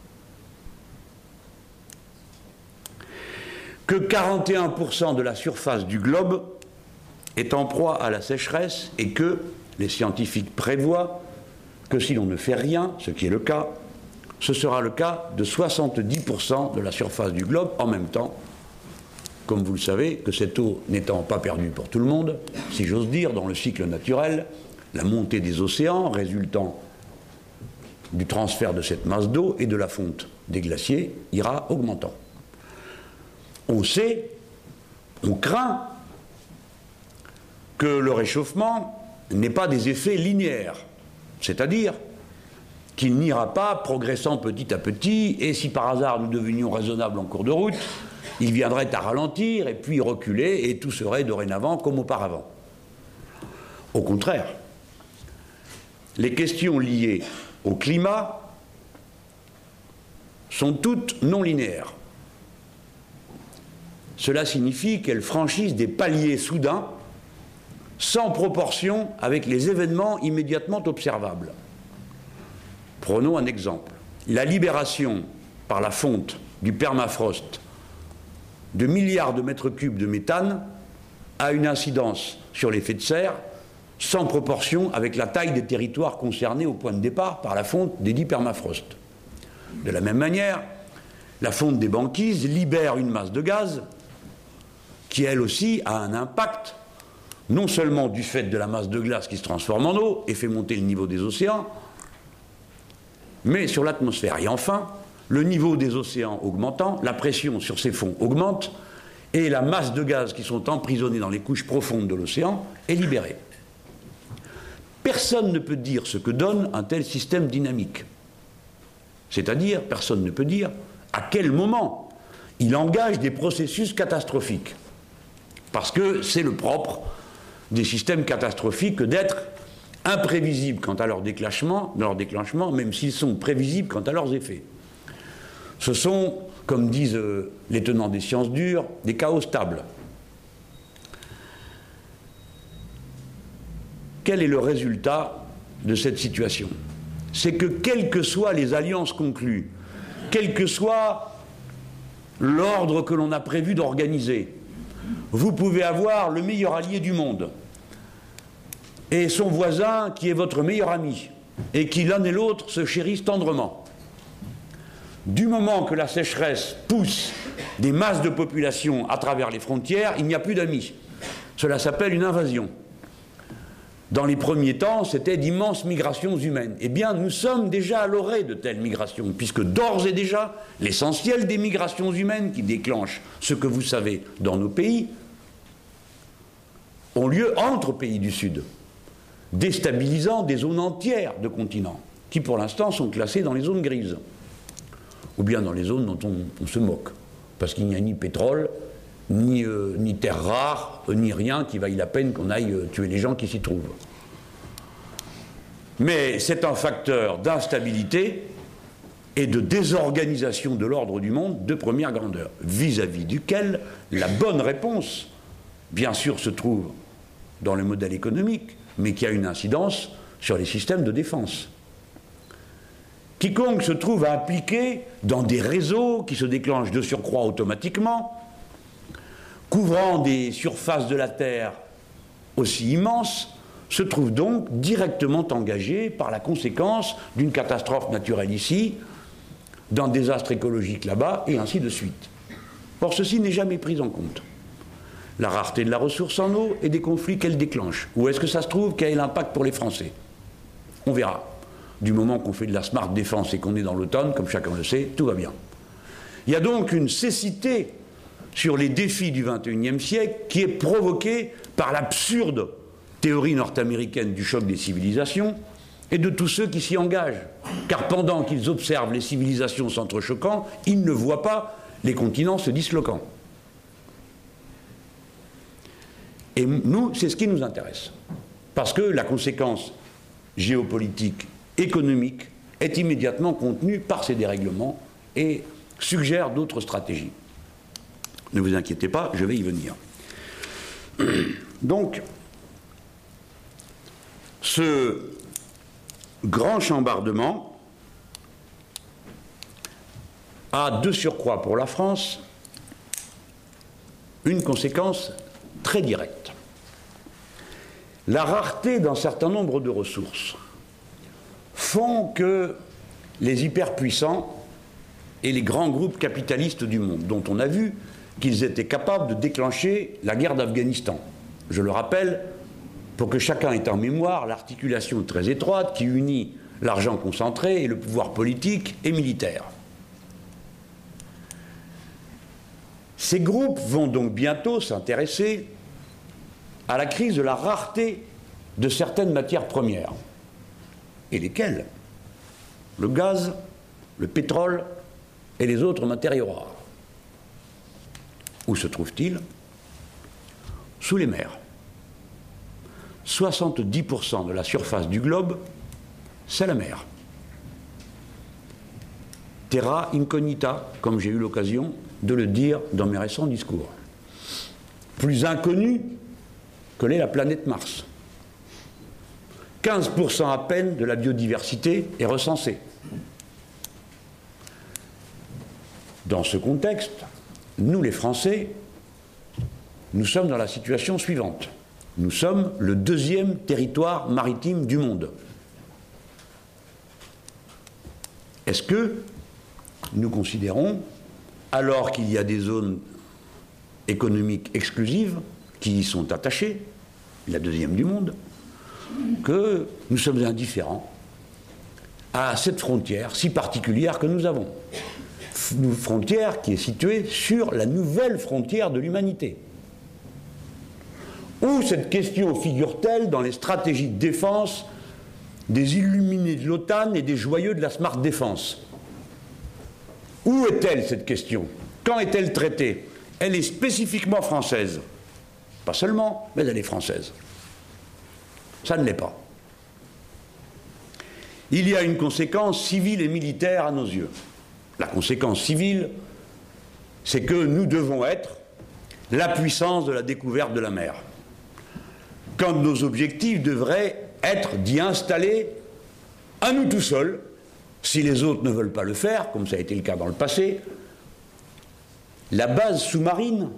Que 41% de la surface du globe est en proie à la sécheresse et que les scientifiques prévoient que si l'on ne fait rien, ce qui est le cas, ce sera le cas de 70% de la surface du globe en même temps. Comme vous le savez, que cette eau n'étant pas perdue pour tout le monde, si j'ose dire, dans le cycle naturel, la montée des océans résultant du transfert de cette masse d'eau et de la fonte des glaciers ira augmentant. On sait, on craint que le réchauffement n'ait pas des effets linéaires, c'est-à-dire qu'il n'ira pas progressant petit à petit, et si par hasard nous devenions raisonnables en cours de route, il viendrait à ralentir et puis reculer, et tout serait dorénavant comme auparavant. Au contraire, les questions liées au climat sont toutes non linéaires. Cela signifie qu'elles franchissent des paliers soudains, sans proportion avec les événements immédiatement observables. Prenons un exemple. La libération par la fonte du permafrost de milliards de mètres cubes de méthane a une incidence sur l'effet de serre sans proportion avec la taille des territoires concernés au point de départ par la fonte des dits permafrost. De la même manière, la fonte des banquises libère une masse de gaz qui, elle aussi, a un impact, non seulement du fait de la masse de glace qui se transforme en eau et fait monter le niveau des océans, mais sur l'atmosphère. Et enfin, le niveau des océans augmentant, la pression sur ces fonds augmente, et la masse de gaz qui sont emprisonnés dans les couches profondes de l'océan est libérée. Personne ne peut dire ce que donne un tel système dynamique. C'est-à-dire, personne ne peut dire à quel moment il engage des processus catastrophiques. Parce que c'est le propre des systèmes catastrophiques d'être imprévisibles quant à leur déclenchement, même s'ils sont prévisibles quant à leurs effets. Ce sont, comme disent les tenants des sciences dures, des chaos stables. Quel est le résultat de cette situation? C'est que quelles que soient les alliances conclues, quel que soit l'ordre que l'on a prévu d'organiser, vous pouvez avoir le meilleur allié du monde et son voisin qui est votre meilleur ami et qui l'un et l'autre se chérissent tendrement. Du moment que la sécheresse pousse des masses de population à travers les frontières, il n'y a plus d'amis. Cela s'appelle une invasion. Dans les premiers temps, c'était d'immenses migrations humaines. Eh bien, nous sommes déjà à l'orée de telles migrations, puisque d'ores et déjà, l'essentiel des migrations humaines qui déclenchent ce que vous savez dans nos pays ont lieu entre pays du Sud, déstabilisant des zones entières de continents, qui pour l'instant sont classées dans les zones grises, ou bien dans les zones dont on se moque, parce qu'il n'y a ni pétrole, ni terres rares, ni rien qui vaille la peine qu'on aille tuer les gens qui s'y trouvent. Mais c'est un facteur d'instabilité et de désorganisation de l'ordre du monde de première grandeur, vis-à-vis duquel la bonne réponse, bien sûr, se trouve dans le modèle économique, mais qui a une incidence sur les systèmes de défense. Quiconque se trouve à appliquer dans des réseaux qui se déclenchent de surcroît automatiquement, couvrant des surfaces de la Terre aussi immenses, se trouve donc directement engagé par la conséquence d'une catastrophe naturelle ici, d'un désastre écologique là-bas, et ainsi de suite. Or, ceci n'est jamais pris en compte. La rareté de la ressource en eau et des conflits qu'elle déclenche. Où est-ce que ça se trouve? Quel est l'impact pour les Français? On verra. Du moment qu'on fait de la smart défense et qu'on est dans l'automne, comme chacun le sait, tout va bien. Il y a donc une cécité sur les défis du XXIe siècle qui est provoquée par l'absurde théorie nord-américaine du choc des civilisations et de tous ceux qui s'y engagent. Car pendant qu'ils observent les civilisations s'entrechoquant, ils ne voient pas les continents se disloquant. Et nous, c'est ce qui nous intéresse. Parce que la conséquence géopolitique, économique, est immédiatement contenue par ces dérèglements et suggère d'autres stratégies. Ne vous inquiétez pas, je vais y venir. Donc, ce grand chambardement a de surcroît pour la France une conséquence très directe. La rareté d'un certain nombre de ressources font que les hyperpuissants et les grands groupes capitalistes du monde, dont on a vu qu'ils étaient capables de déclencher la guerre d'Afghanistan. Je le rappelle, pour que chacun ait en mémoire l'articulation très étroite qui unit l'argent concentré et le pouvoir politique et militaire. Ces groupes vont donc bientôt s'intéresser à la crise de la rareté de certaines matières premières. Et lesquelles? Le gaz, le pétrole et les autres matériaux rares. Où se trouvent-ils? Sous les mers. 70% de la surface du globe, c'est la mer. Terra incognita, comme j'ai eu l'occasion de le dire dans mes récents discours. Plus inconnue que l'est la planète Mars. 15% à peine de la biodiversité est recensée. Dans ce contexte, nous les Français, nous sommes dans la situation suivante. Nous sommes le deuxième territoire maritime du monde. Est-ce que nous considérons, alors qu'il y a des zones économiques exclusives qui y sont attachées, la deuxième du monde, que nous sommes indifférents à cette frontière si particulière que nous avons? Une frontière qui est située sur la nouvelle frontière de l'humanité. Où cette question figure-t-elle dans les stratégies de défense des illuminés de l'OTAN et des joyeux de la Smart Défense? Où est-elle cette question? Quand est-elle traitée? Elle est spécifiquement française. Pas seulement, mais elle est française. Ça ne l'est pas. Il y a une conséquence civile et militaire à nos yeux. La conséquence civile, c'est que nous devons être la puissance de la découverte de la mer. Quand nos objectifs devraient être d'y installer, à nous tout seuls, si les autres ne veulent pas le faire, comme ça a été le cas dans le passé, la base sous-marine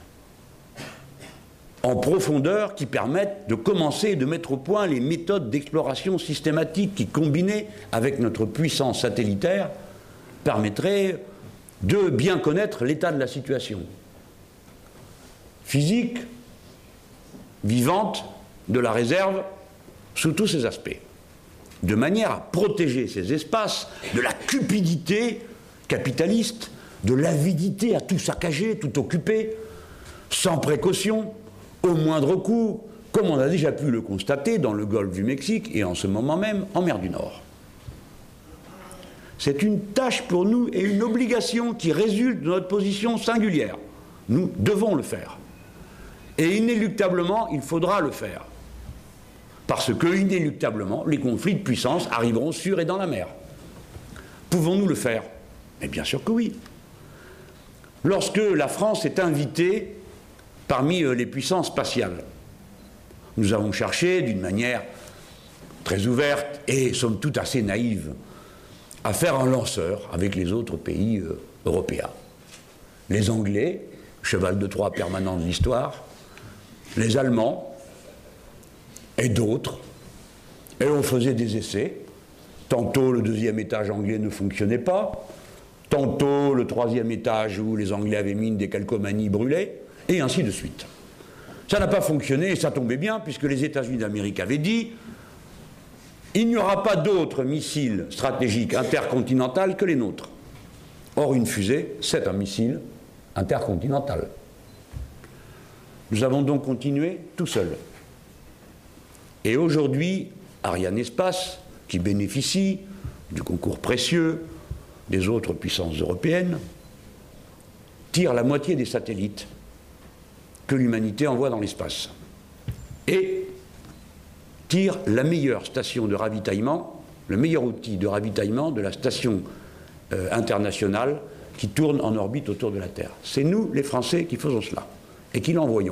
en profondeur qui permettent de commencer et de mettre au point les méthodes d'exploration systématique qui, combinées avec notre puissance satellitaire, permettraient de bien connaître l'état de la situation physique, vivante, de la réserve, sous tous ses aspects, de manière à protéger ces espaces de la cupidité capitaliste, de l'avidité à tout saccager, tout occuper, sans précaution, au moindre coup, comme on a déjà pu le constater dans le golfe du Mexique et en ce moment même en mer du Nord. C'est une tâche pour nous et une obligation qui résulte de notre position singulière. Nous devons le faire. Et inéluctablement, il faudra le faire. Parce que, inéluctablement, les conflits de puissance arriveront sur et dans la mer. Pouvons-nous le faire? Mais bien sûr que oui. Lorsque la France est invitée parmi les puissances spatiales, nous avons cherché d'une manière très ouverte et somme toute assez naïve à faire un lanceur avec les autres pays européens. Les Anglais, cheval de Troie permanent de l'histoire, les Allemands et d'autres. Et on faisait des essais. Tantôt le deuxième étage anglais ne fonctionnait pas, tantôt le troisième étage où les Anglais avaient mis une décalcomanie brûlait, et ainsi de suite. Ça n'a pas fonctionné et ça tombait bien puisque les États-Unis d'Amérique avaient dit il n'y aura pas d'autres missiles stratégiques intercontinentaux que les nôtres. Or, une fusée, c'est un missile intercontinental. Nous avons donc continué tout seuls. Et aujourd'hui, Ariane Espace qui bénéficie du concours précieux des autres puissances européennes, tire la moitié des satellites que l'humanité envoie dans l'espace et tire la meilleure station de ravitaillement, le meilleur outil de ravitaillement de la station internationale qui tourne en orbite autour de la Terre. C'est nous, les Français, qui faisons cela et qui l'envoyons.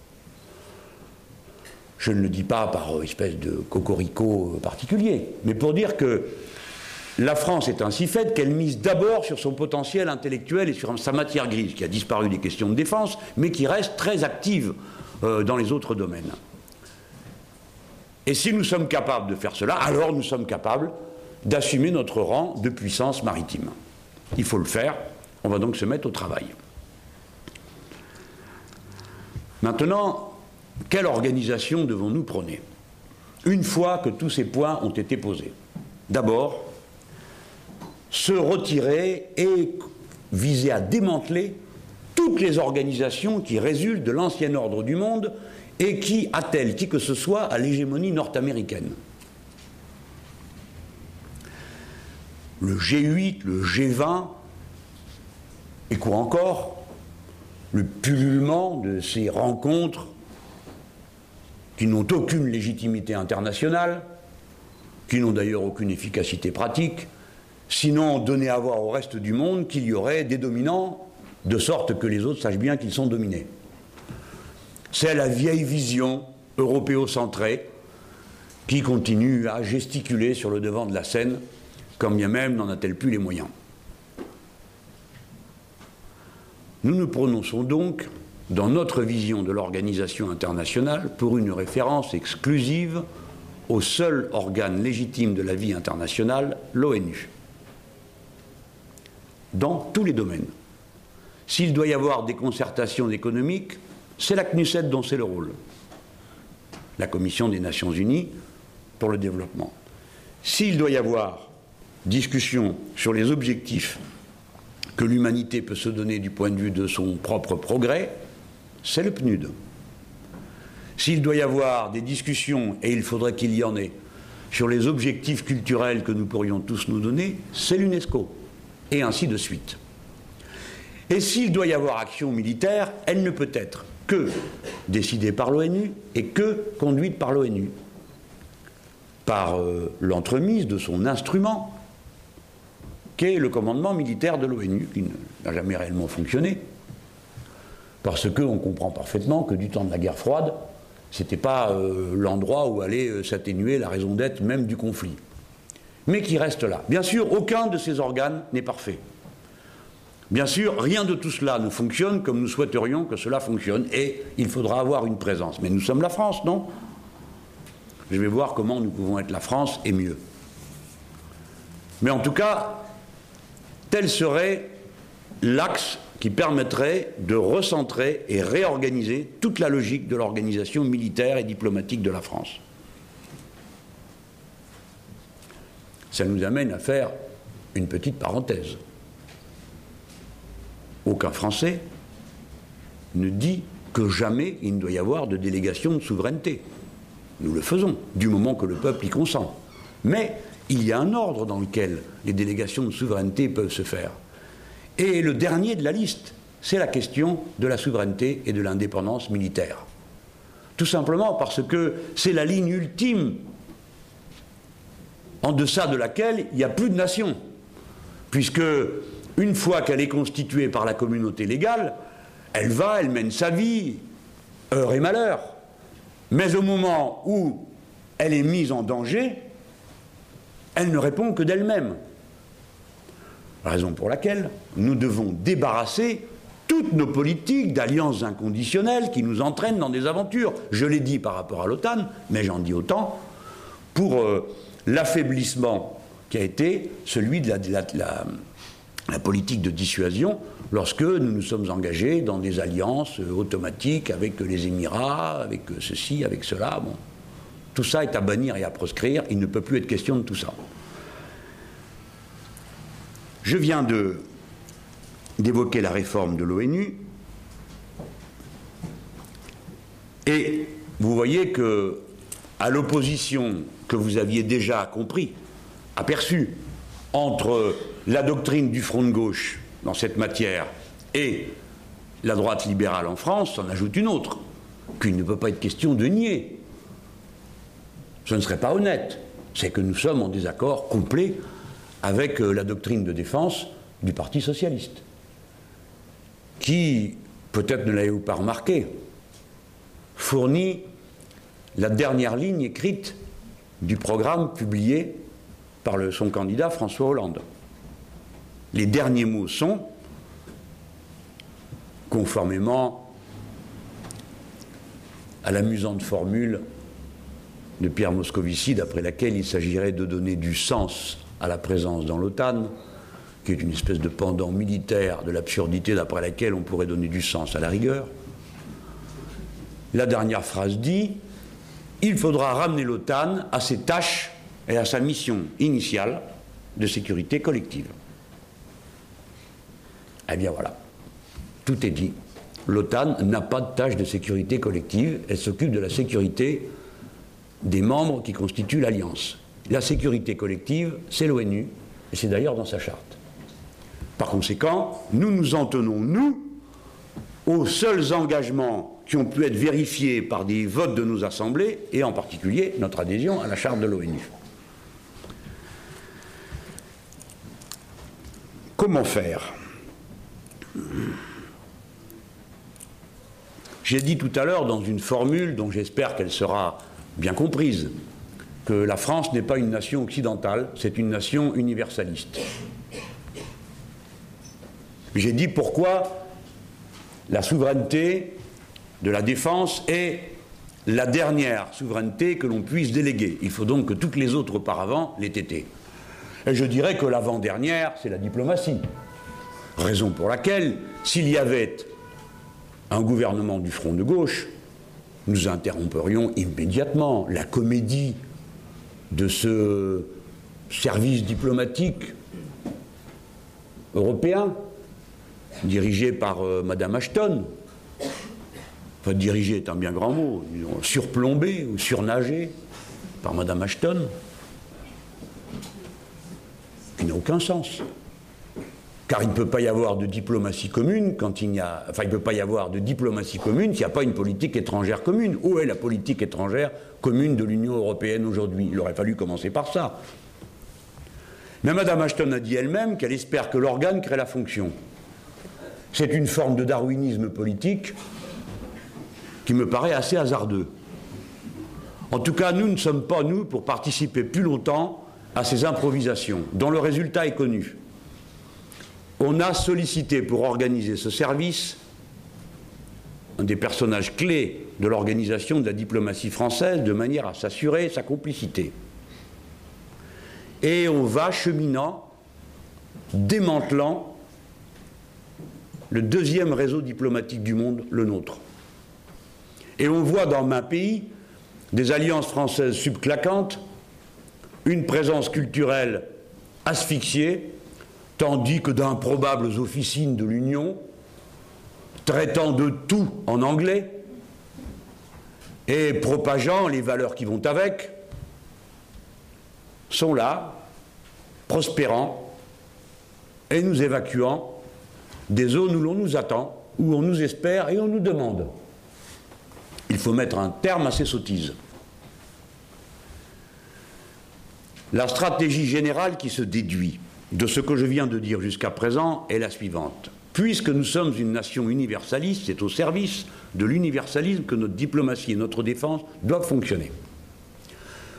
Je ne le dis pas par espèce de cocorico particulier, mais pour dire que la France est ainsi faite qu'elle mise d'abord sur son potentiel intellectuel et sur sa matière grise, qui a disparu des questions de défense, mais qui reste très active dans les autres domaines. Et si nous sommes capables de faire cela, alors nous sommes capables d'assumer notre rang de puissance maritime. Il faut le faire, on va donc se mettre au travail. Maintenant, quelle organisation devons-nous prôner? Une fois que tous ces points ont été posés. D'abord, se retirer et viser à démanteler toutes les organisations qui résultent de l'ancien ordre du monde et qui attellent qui que ce soit à l'hégémonie nord-américaine. Le G8, le G20, et quoi encore, le pullulement de ces rencontres qui n'ont aucune légitimité internationale, qui n'ont d'ailleurs aucune efficacité pratique, sinon donner à voir au reste du monde qu'il y aurait des dominants, de sorte que les autres sachent bien qu'ils sont dominés. C'est la vieille vision européocentrée qui continue à gesticuler sur le devant de la scène, quand bien même n'en a-t-elle plus les moyens. Nous nous prononçons donc, dans notre vision de l'organisation internationale, pour une référence exclusive au seul organe légitime de la vie internationale, l'ONU. Dans tous les domaines. S'il doit y avoir des concertations économiques, c'est la CNUSET dont c'est le rôle. La Commission des Nations Unies pour le développement. S'il doit y avoir discussion sur les objectifs que l'humanité peut se donner du point de vue de son propre progrès, c'est le PNUD. S'il doit y avoir des discussions, et il faudrait qu'il y en ait, sur les objectifs culturels que nous pourrions tous nous donner, c'est l'UNESCO. Et ainsi de suite. Et s'il doit y avoir action militaire, elle ne peut être que décidée par l'ONU et que conduite par l'ONU. Par l'entremise de son instrument, qu'est le commandement militaire de l'ONU, qui n'a jamais réellement fonctionné. Parce qu'on comprend parfaitement que du temps de la guerre froide, ce n'était pas l'endroit où allait s'atténuer la raison d'être même du conflit. Mais qui reste là. Bien sûr, aucun de ces organes n'est parfait. Bien sûr, rien de tout cela ne fonctionne comme nous souhaiterions que cela fonctionne, et il faudra avoir une présence. Mais nous sommes la France, non? Je vais voir comment nous pouvons être la France et mieux. Mais en tout cas, tel serait l'axe qui permettrait de recentrer et réorganiser toute la logique de l'organisation militaire et diplomatique de la France. Ça nous amène à faire une petite parenthèse. Aucun Français ne dit que jamais il ne doit y avoir de délégation de souveraineté. Nous le faisons, du moment que le peuple y consent. Mais il y a un ordre dans lequel les délégations de souveraineté peuvent se faire. Et le dernier de la liste, c'est la question de la souveraineté et de l'indépendance militaire. Tout simplement parce que c'est la ligne ultime en deçà de laquelle il n'y a plus de nation. Puisque, une fois qu'elle est constituée par la communauté légale, elle mène sa vie, heure et malheur. Mais au moment où elle est mise en danger, elle ne répond que d'elle-même. Raison pour laquelle nous devons débarrasser toutes nos politiques d'alliances inconditionnelles qui nous entraînent dans des aventures. Je l'ai dit par rapport à l'OTAN, mais j'en dis autant pour l'affaiblissement qui a été celui de la politique de dissuasion lorsque nous nous sommes engagés dans des alliances automatiques avec les Émirats, avec ceci, avec cela. Bon. Tout ça est à bannir et à proscrire, il ne peut plus être question de tout ça. Je viens d'évoquer la réforme de l'ONU, et vous voyez que, à l'opposition que vous aviez déjà compris aperçu entre la doctrine du front de gauche dans cette matière et la droite libérale en France en ajoute une autre, qu'il ne peut pas être question de nier. Ce ne serait pas honnête. C'est que nous sommes en désaccord complet avec la doctrine de défense du Parti socialiste, qui, peut-être ne l'avez-vous pas remarqué, fournit la dernière ligne écrite du programme publié par son candidat François Hollande. Les derniers mots sont, conformément à l'amusante formule de Pierre Moscovici, d'après laquelle il s'agirait de donner du sens à la présence dans l'OTAN, qui est une espèce de pendant militaire de l'absurdité d'après laquelle on pourrait donner du sens à la rigueur. La dernière phrase dit « Il faudra ramener l'OTAN à ses tâches et à sa mission initiale de sécurité collective. » Eh bien voilà, tout est dit. L'OTAN n'a pas de tâche de sécurité collective, elle s'occupe de la sécurité des membres qui constituent l'Alliance. La sécurité collective, c'est l'ONU, et c'est d'ailleurs dans sa charte. Par conséquent, nous nous en tenons, nous, aux seuls engagements qui ont pu être vérifiés par des votes de nos assemblées, et en particulier notre adhésion à la charte de l'ONU. Comment faire ? J'ai dit tout à l'heure, dans une formule dont j'espère qu'elle sera bien comprise, que la France n'est pas une nation occidentale, c'est une nation universaliste. J'ai dit pourquoi la souveraineté de la défense est la dernière souveraineté que l'on puisse déléguer. Il faut donc que toutes les autres auparavant l'aient été. Et je dirais que l'avant-dernière, c'est la diplomatie. Raison pour laquelle, s'il y avait un gouvernement du front de gauche, nous interromperions immédiatement la comédie de ce service diplomatique européen, dirigé par Madame Ashton. Enfin, dirigé est un bien grand mot, surplombé ou surnagé par Madame Ashton, qui n'a aucun sens. Car il ne peut pas y avoir de diplomatie commune il ne peut pas y avoir de diplomatie commune s'il n'y a pas une politique étrangère commune. Où est la politique étrangère commune de l'Union européenne aujourd'hui? Il aurait fallu commencer par ça. Mais Mme Ashton a dit elle-même qu'elle espère que l'organe crée la fonction. C'est une forme de darwinisme politique qui me paraît assez hasardeux. En tout cas, nous ne sommes pas, nous, pour participer plus longtemps à ces improvisations, dont le résultat est connu. On a sollicité pour organiser ce service un des personnages clés de l'organisation de la diplomatie française, de manière à s'assurer sa complicité. Et on va cheminant, démantelant le deuxième réseau diplomatique du monde, le nôtre. Et on voit dans un pays des alliances françaises subclaquantes, une présence culturelle asphyxiée, tandis que d'improbables officines de l'Union, traitant de tout en anglais et propageant les valeurs qui vont avec, sont là, prospérant et nous évacuant des zones où l'on nous attend, où on nous espère et on nous demande. Il faut mettre un terme à ces sottises. La stratégie générale qui se déduit de ce que je viens de dire jusqu'à présent est la suivante. Puisque nous sommes une nation universaliste, c'est au service de l'universalisme que notre diplomatie et notre défense doivent fonctionner. Comment ?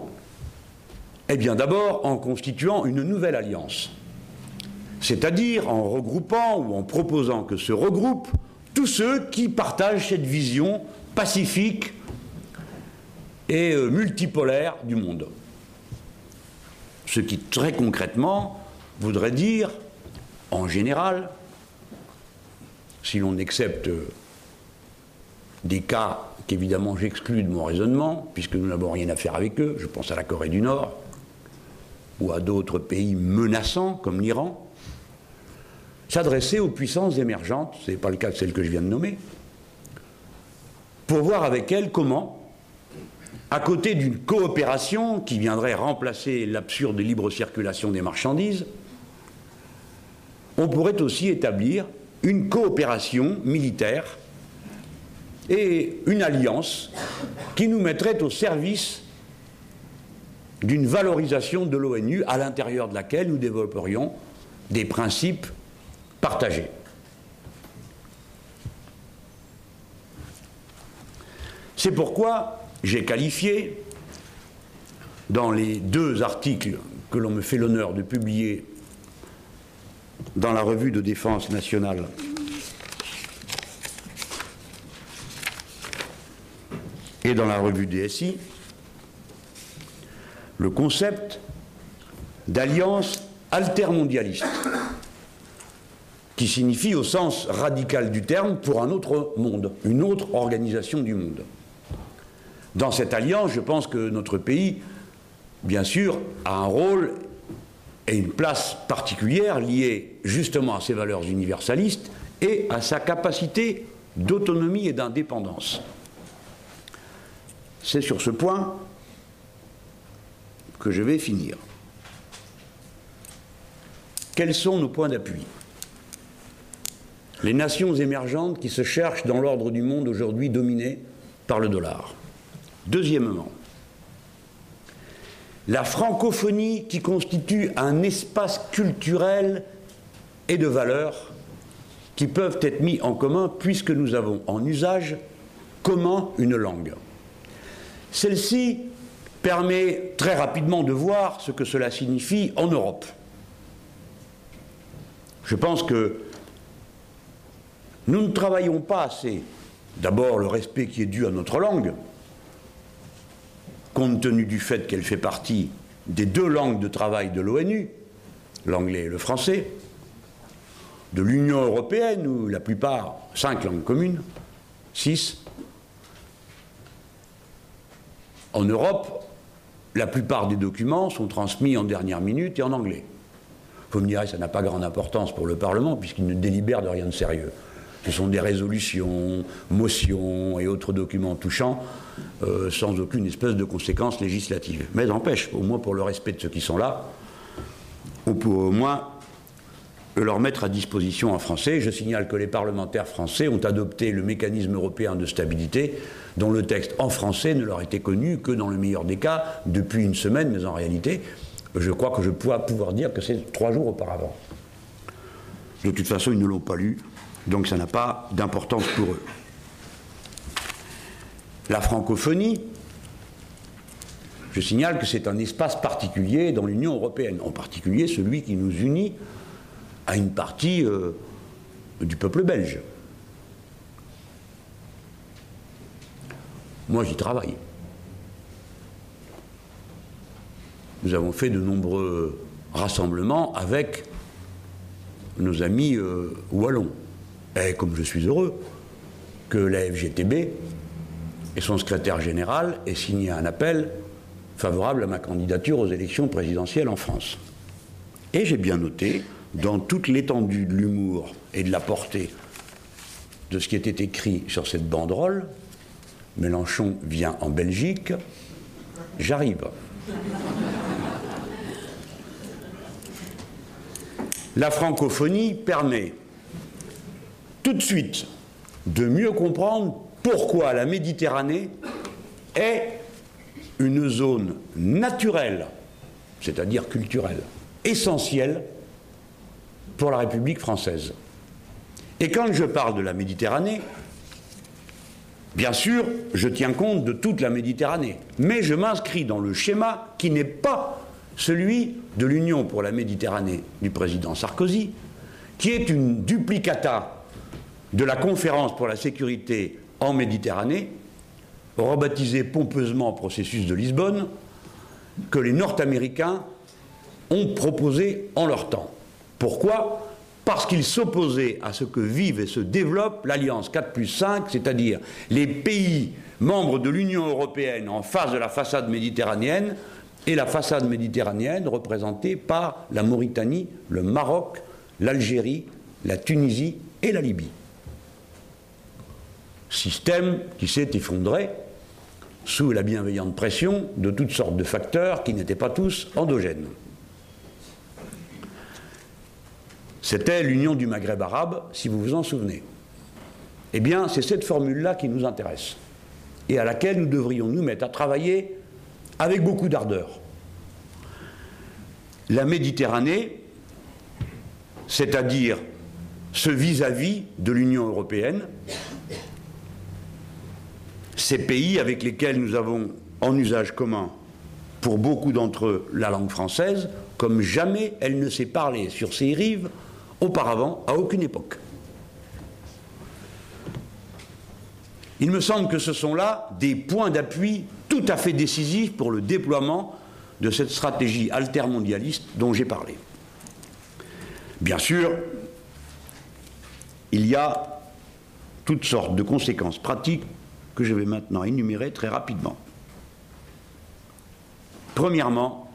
Eh bien d'abord en constituant une nouvelle alliance. C'est-à-dire en regroupant ou en proposant que se regroupent tous ceux qui partagent cette vision pacifique et multipolaire du monde. Ce qui, très concrètement, voudrait dire, en général, si l'on accepte des cas qu'évidemment j'exclus de mon raisonnement, puisque nous n'avons rien à faire avec eux, je pense à la Corée du Nord, ou à d'autres pays menaçants, comme l'Iran, s'adresser aux puissances émergentes, ce n'est pas le cas de celles que je viens de nommer, pour voir avec elles comment à côté d'une coopération qui viendrait remplacer l'absurde libre circulation des marchandises, on pourrait aussi établir une coopération militaire et une alliance qui nous mettrait au service d'une valorisation de l'ONU à l'intérieur de laquelle nous développerions des principes partagés. C'est pourquoi j'ai qualifié, dans les 2 articles que l'on me fait l'honneur de publier dans la revue de défense nationale et dans la revue DSI, le concept d'alliance altermondialiste, qui signifie au sens radical du terme pour un autre monde, une autre organisation du monde. Dans cette alliance, je pense que notre pays, bien sûr, a un rôle et une place particulière liée justement à ses valeurs universalistes et à sa capacité d'autonomie et d'indépendance. C'est sur ce point que je vais finir. Quels sont nos points d'appui? Les nations émergentes qui se cherchent dans l'ordre du monde aujourd'hui dominé par le dollar. Deuxièmement, la francophonie qui constitue un espace culturel et de valeurs qui peuvent être mis en commun puisque nous avons en usage commun une langue. Celle-ci permet très rapidement de voir ce que cela signifie en Europe. Je pense que nous ne travaillons pas assez, d'abord le respect qui est dû à notre langue, compte tenu du fait qu'elle fait partie des 2 langues de travail de l'ONU, l'anglais et le français, de l'Union européenne, où la plupart, 5 langues communes, 6. En Europe, la plupart des documents sont transmis en dernière minute et en anglais. Vous me direz, ça n'a pas grande importance pour le Parlement, puisqu'il ne délibère de rien de sérieux. Ce sont des résolutions, motions et autres documents touchants, sans aucune espèce de conséquence législative. Mais n'empêche, au moins pour le respect de ceux qui sont là, on peut au moins leur mettre à disposition en français. Je signale que les parlementaires français ont adopté le mécanisme européen de stabilité, dont le texte en français ne leur était connu que dans le meilleur des cas depuis une semaine, mais en réalité, je crois que je dois pouvoir dire que c'est 3 jours auparavant. De toute façon, ils ne l'ont pas lu, donc ça n'a pas d'importance pour eux. La francophonie, je signale que c'est un espace particulier dans l'Union européenne, en particulier celui qui nous unit à une partie du peuple belge. Moi, j'y travaille. Nous avons fait de nombreux rassemblements avec nos amis wallons. Et comme je suis heureux que la FGTB et son secrétaire général aient signé un appel favorable à ma candidature aux élections présidentielles en France. Et j'ai bien noté, dans toute l'étendue de l'humour et de la portée de ce qui était écrit sur cette banderole, Mélenchon vient en Belgique, j'arrive. La francophonie permet tout de suite de mieux comprendre pourquoi la Méditerranée est une zone naturelle, c'est-à-dire culturelle, essentielle pour la République française. Et quand je parle de la Méditerranée, bien sûr, je tiens compte de toute la Méditerranée, mais je m'inscris dans le schéma qui n'est pas celui de l'Union pour la Méditerranée du président Sarkozy, qui est une duplicata de la conférence pour la sécurité en Méditerranée, rebaptisée pompeusement processus de Lisbonne, que les Nord-Américains ont proposé en leur temps. Pourquoi ? Parce qu'ils s'opposaient à ce que vive et se développe l'Alliance 4+5, c'est-à-dire les pays membres de l'Union européenne en face de la façade méditerranéenne, et la façade méditerranéenne représentée par la Mauritanie, le Maroc, l'Algérie, la Tunisie et la Libye. Système qui s'est effondré sous la bienveillante pression de toutes sortes de facteurs qui n'étaient pas tous endogènes. C'était l'Union du Maghreb arabe, si vous vous en souvenez. Eh bien, c'est cette formule-là qui nous intéresse et à laquelle nous devrions nous mettre à travailler avec beaucoup d'ardeur. La Méditerranée, c'est-à-dire ce vis-à-vis de l'Union européenne, ces pays avec lesquels nous avons en usage commun, pour beaucoup d'entre eux, la langue française, comme jamais elle ne s'est parlée sur ces rives auparavant, à aucune époque. Il me semble que ce sont là des points d'appui tout à fait décisifs pour le déploiement de cette stratégie altermondialiste dont j'ai parlé. Bien sûr, il y a toutes sortes de conséquences pratiques que je vais maintenant énumérer très rapidement. Premièrement,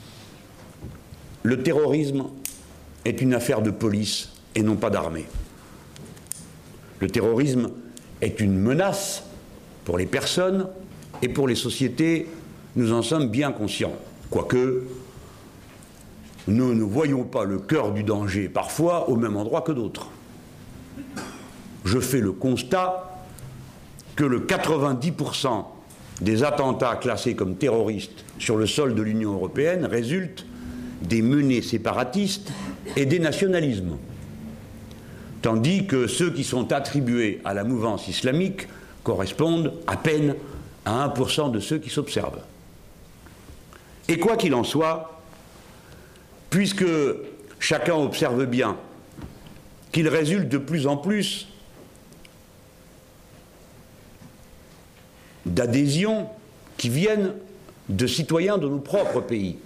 le terrorisme est une affaire de police et non pas d'armée. Le terrorisme est une menace pour les personnes et pour les sociétés, nous en sommes bien conscients. Quoique, nous ne voyons pas le cœur du danger parfois au même endroit que d'autres. Je fais le constat que le 90% des attentats classés comme terroristes sur le sol de l'Union européenne résultent des menées séparatistes et des nationalismes, tandis que ceux qui sont attribués à la mouvance islamique correspondent à peine à 1% de ceux qui s'observent. Et quoi qu'il en soit, puisque chacun observe bien qu'il résulte de plus en plus d'adhésions qui viennent de citoyens de nos propres pays,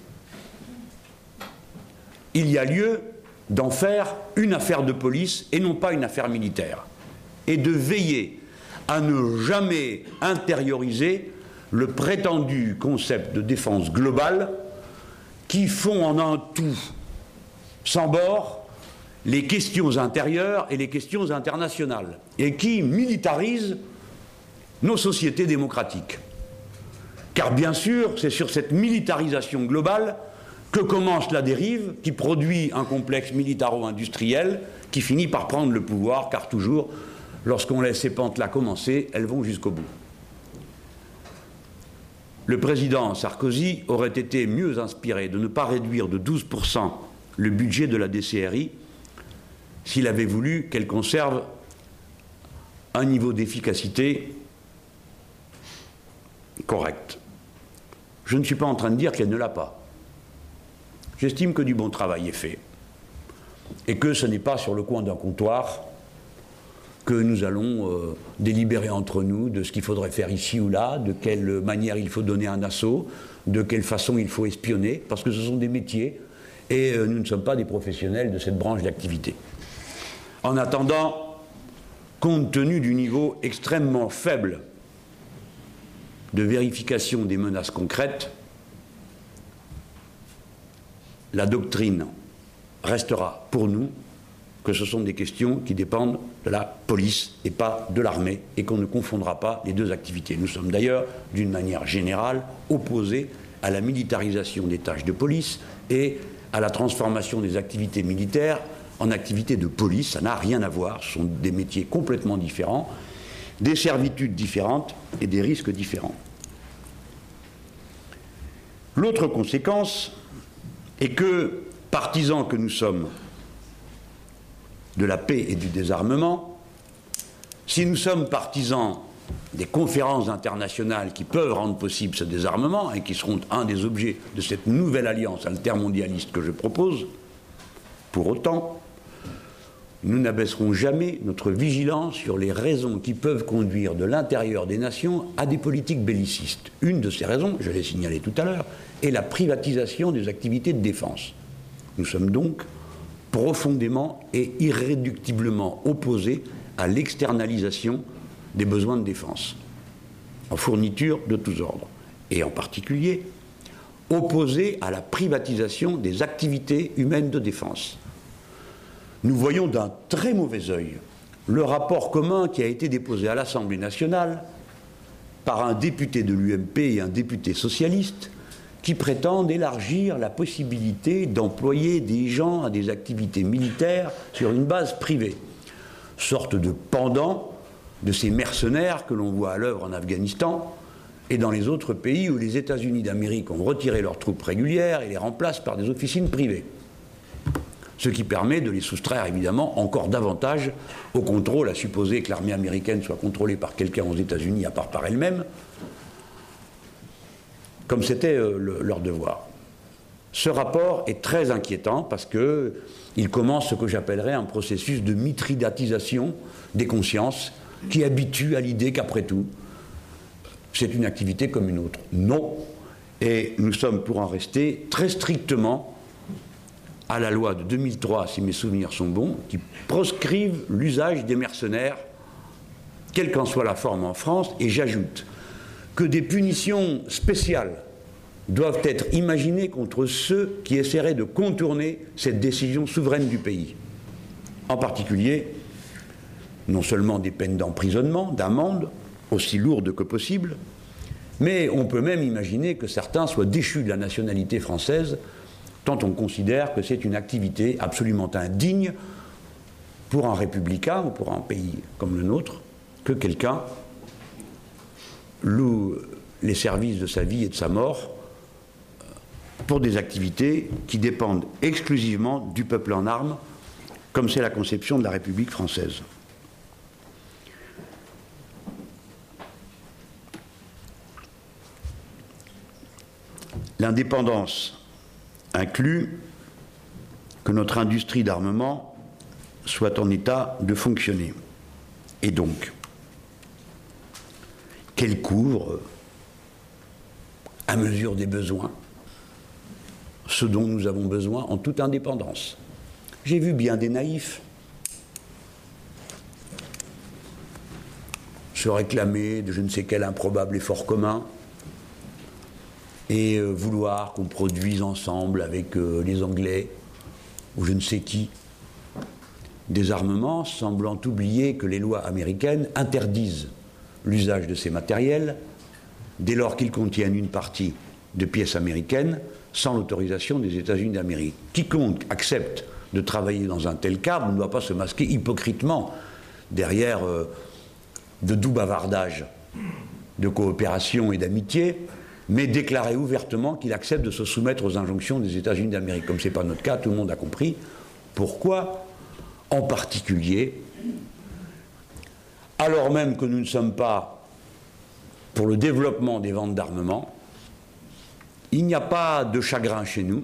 il y a lieu d'en faire une affaire de police et non pas une affaire militaire, et de veiller à ne jamais intérioriser le prétendu concept de défense globale qui font en un tout sans bord les questions intérieures et les questions internationales, et qui militarise nos sociétés démocratiques. Car bien sûr, c'est sur cette militarisation globale que commence la dérive qui produit un complexe militaro-industriel qui finit par prendre le pouvoir, car toujours, lorsqu'on laisse ces pentes-là commencer, elles vont jusqu'au bout. Le président Sarkozy aurait été mieux inspiré de ne pas réduire de 12% le budget de la DCRI s'il avait voulu qu'elle conserve un niveau d'efficacité correct. Je ne suis pas en train de dire qu'elle ne l'a pas. J'estime que du bon travail est fait et que ce n'est pas sur le coin d'un comptoir que nous allons délibérer entre nous de ce qu'il faudrait faire ici ou là, de quelle manière il faut donner un assaut, de quelle façon il faut espionner, parce que ce sont des métiers et nous ne sommes pas des professionnels de cette branche d'activité. En attendant, compte tenu du niveau extrêmement faible de vérification des menaces concrètes, la doctrine restera pour nous que ce sont des questions qui dépendent de la police et pas de l'armée, et qu'on ne confondra pas les deux activités. Nous sommes d'ailleurs, d'une manière générale, opposés à la militarisation des tâches de police et à la transformation des activités militaires en activités de police. Ça n'a rien à voir, ce sont des métiers complètement différents, des servitudes différentes et des risques différents. L'autre conséquence est que, partisans que nous sommes de la paix et du désarmement, si nous sommes partisans des conférences internationales qui peuvent rendre possible ce désarmement et qui seront un des objets de cette nouvelle alliance altermondialiste que je propose, pour autant, nous n'abaisserons jamais notre vigilance sur les raisons qui peuvent conduire de l'intérieur des nations à des politiques bellicistes. Une de ces raisons, je l'ai signalé tout à l'heure, est la privatisation des activités de défense. Nous sommes donc profondément et irréductiblement opposés à l'externalisation des besoins de défense, en fourniture de tous ordres, et en particulier opposés à la privatisation des activités humaines de défense. Nous voyons d'un très mauvais œil le rapport commun qui a été déposé à l'Assemblée nationale par un député de l'UMP et un député socialiste qui prétendent élargir la possibilité d'employer des gens à des activités militaires sur une base privée. Sorte de pendant de ces mercenaires que l'on voit à l'œuvre en Afghanistan et dans les autres pays où les États-Unis d'Amérique ont retiré leurs troupes régulières et les remplacent par des officines privées. Ce qui permet de les soustraire évidemment encore davantage au contrôle, à supposer que l'armée américaine soit contrôlée par quelqu'un aux États-Unis à part par elle-même, comme c'était leur devoir. Ce rapport est très inquiétant parce qu'il commence ce que j'appellerais un processus de mithridatisation des consciences qui habitue à l'idée qu'après tout, c'est une activité comme une autre. Non. Et nous sommes pour en rester très strictement à la loi de 2003, si mes souvenirs sont bons, qui proscrivent l'usage des mercenaires, quelle qu'en soit la forme en France, et j'ajoute que des punitions spéciales doivent être imaginées contre ceux qui essaieraient de contourner cette décision souveraine du pays. En particulier, non seulement des peines d'emprisonnement, d'amende, aussi lourdes que possible, mais on peut même imaginer que certains soient déchus de la nationalité française tant on considère que c'est une activité absolument indigne pour un républicain ou pour un pays comme le nôtre, que quelqu'un loue les services de sa vie et de sa mort pour des activités qui dépendent exclusivement du peuple en armes, comme c'est la conception de la République française. L'indépendance inclut que notre industrie d'armement soit en état de fonctionner. Et donc, qu'elle couvre, à mesure des besoins, ce dont nous avons besoin en toute indépendance. J'ai vu bien des naïfs se réclamer de je ne sais quel improbable effort commun et vouloir qu'on produise ensemble avec les Anglais ou je ne sais qui des armements, semblant oublier que les lois américaines interdisent l'usage de ces matériels dès lors qu'ils contiennent une partie de pièces américaines sans l'autorisation des États-Unis d'Amérique. Quiconque accepte de travailler dans un tel cadre ne doit pas se masquer hypocritement derrière de doux bavardages de coopération et d'amitié, mais déclarer ouvertement qu'il accepte de se soumettre aux injonctions des États-Unis d'Amérique. Comme ce n'est pas notre cas, tout le monde a compris pourquoi, en particulier, alors même que nous ne sommes pas pour le développement des ventes d'armement, il n'y a pas de chagrin chez nous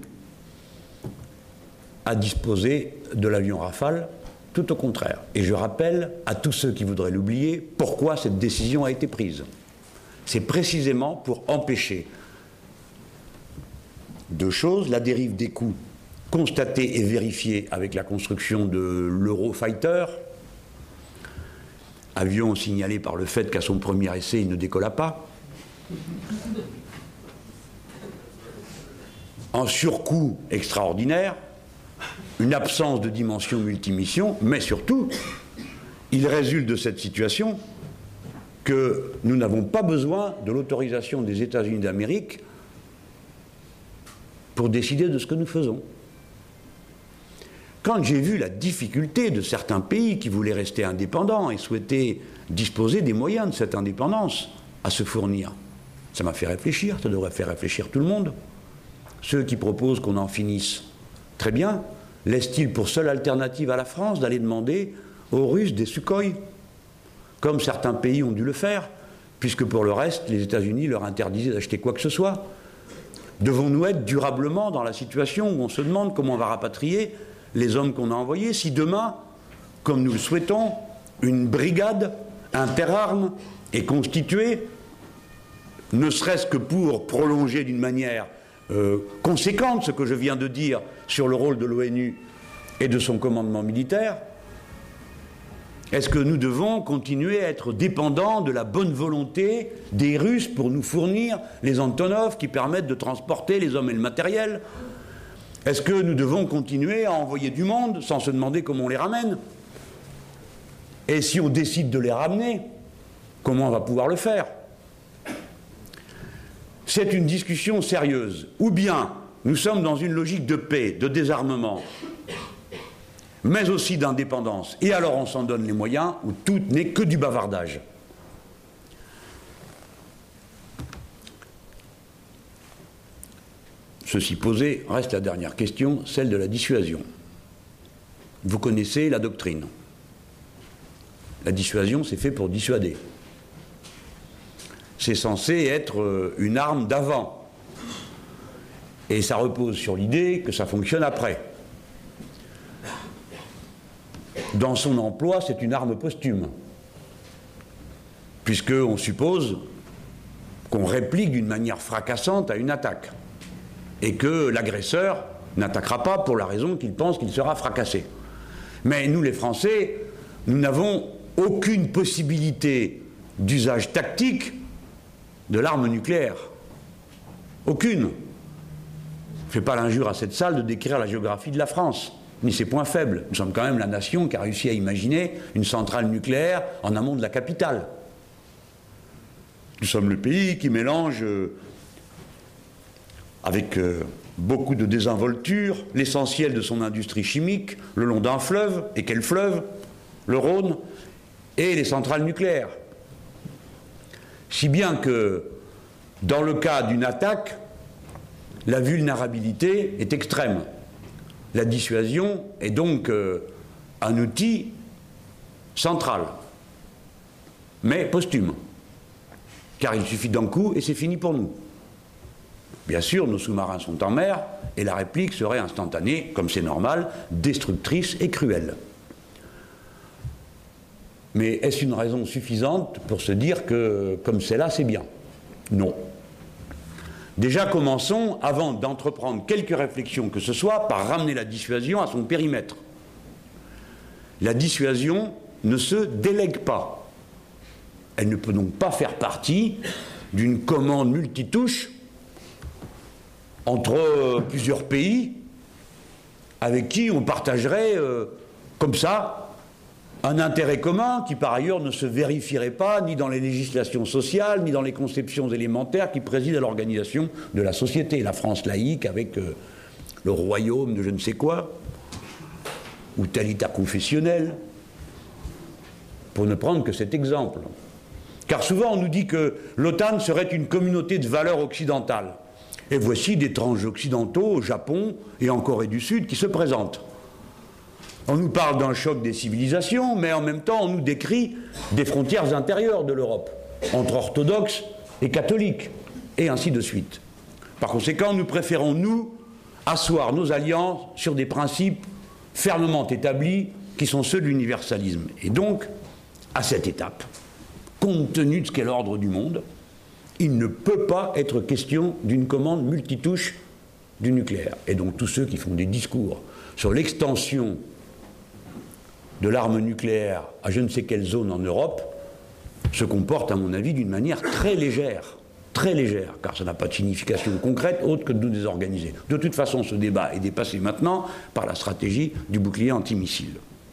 à disposer de l'avion Rafale, tout au contraire. Et je rappelle à tous ceux qui voudraient l'oublier pourquoi cette décision a été prise. C'est précisément pour empêcher deux choses: la dérive des coûts constatée et vérifiée avec la construction de l'Eurofighter, avion signalé par le fait qu'à son premier essai il ne décolla pas, un surcoût extraordinaire, une absence de dimension multimission, mais surtout, il résulte de cette situation que nous n'avons pas besoin de l'autorisation des États-Unis d'Amérique pour décider de ce que nous faisons. Quand j'ai vu la difficulté de certains pays qui voulaient rester indépendants et souhaitaient disposer des moyens de cette indépendance à se fournir, ça m'a fait réfléchir, ça devrait faire réfléchir tout le monde. Ceux qui proposent qu'on en finisse, très bien, laissent-ils pour seule alternative à la France d'aller demander aux Russes des Sukhoi, comme certains pays ont dû le faire, puisque pour le reste, les États-Unis leur interdisaient d'acheter quoi que ce soit? Devons-nous être durablement dans la situation où on se demande comment on va rapatrier les hommes qu'on a envoyés si demain, comme nous le souhaitons, une brigade interarmes est constituée, ne serait-ce que pour prolonger d'une manière conséquente ce que je viens de dire sur le rôle de l'ONU et de son commandement militaire? Est-ce que nous devons continuer à être dépendants de la bonne volonté des Russes pour nous fournir les Antonov qui permettent de transporter les hommes et le matériel? Est-ce que nous devons continuer à envoyer du monde sans se demander comment on les ramène? Et si on décide de les ramener, comment on va pouvoir le faire? c'est une discussion sérieuse. Ou bien nous sommes dans une logique de paix, de désarmement, mais aussi d'indépendance. Et alors on s'en donne les moyens, où tout n'est que du bavardage. Ceci posé, reste la dernière question, celle de la dissuasion. Vous connaissez la doctrine. La dissuasion, c'est fait pour dissuader. C'est censé être une arme d'avant. Et ça repose sur l'idée que ça fonctionne après. Dans son emploi, c'est une arme posthume. Puisqu'on suppose qu'on réplique d'une manière fracassante à une attaque. Et que l'agresseur n'attaquera pas pour la raison qu'il pense qu'il sera fracassé. Mais nous, les Français, nous n'avons aucune possibilité d'usage tactique de l'arme nucléaire. Aucune. Je ne fais pas l'injure à cette salle de décrire la géographie de la France, ni ses points faibles. Nous sommes quand même la nation qui a réussi à imaginer une centrale nucléaire en amont de la capitale. Nous sommes le pays qui mélange avec beaucoup de désinvolture l'essentiel de son industrie chimique le long d'un fleuve. Et quel fleuve? Le Rhône, et les centrales nucléaires. Si bien que, dans le cas d'une attaque, la vulnérabilité est extrême. La dissuasion est donc un outil central, mais posthume. Car il suffit d'un coup et c'est fini pour nous. Bien sûr, nos sous-marins sont en mer, et la réplique serait instantanée, comme c'est normal, destructrice et cruelle. Mais est-ce une raison suffisante pour se dire que, comme c'est là, c'est bien? Non. Déjà, commençons, avant d'entreprendre quelques réflexions que ce soit, par ramener la dissuasion à son périmètre. La dissuasion ne se délègue pas. Elle ne peut donc pas faire partie d'une commande multitouche entre plusieurs pays avec qui on partagerait comme ça un intérêt commun qui par ailleurs ne se vérifierait pas ni dans les législations sociales ni dans les conceptions élémentaires qui président à l'organisation de la société. La France laïque avec le royaume de je ne sais quoi, ou tel état confessionnel, pour ne prendre que cet exemple. Car souvent on nous dit que l'OTAN serait une communauté de valeurs occidentales. Et voici d'étranges occidentaux au Japon et en Corée du Sud qui se présentent. On nous parle d'un choc des civilisations, mais en même temps on nous décrit des frontières intérieures de l'Europe, entre orthodoxes et catholiques, et ainsi de suite. Par conséquent, nous préférons, nous, asseoir nos alliances sur des principes fermement établis qui sont ceux de l'universalisme. Et donc, à cette étape, compte tenu de ce qu'est l'ordre du monde, il ne peut pas être question d'une commande multitouche du nucléaire. Et donc tous ceux qui font des discours sur l'extension de l'arme nucléaire à je ne sais quelle zone en Europe se comportent, à mon avis, d'une manière très légère, car ça n'a pas de signification concrète autre que de nous désorganiser. De toute façon, ce débat est dépassé maintenant par la stratégie du bouclier antimissile.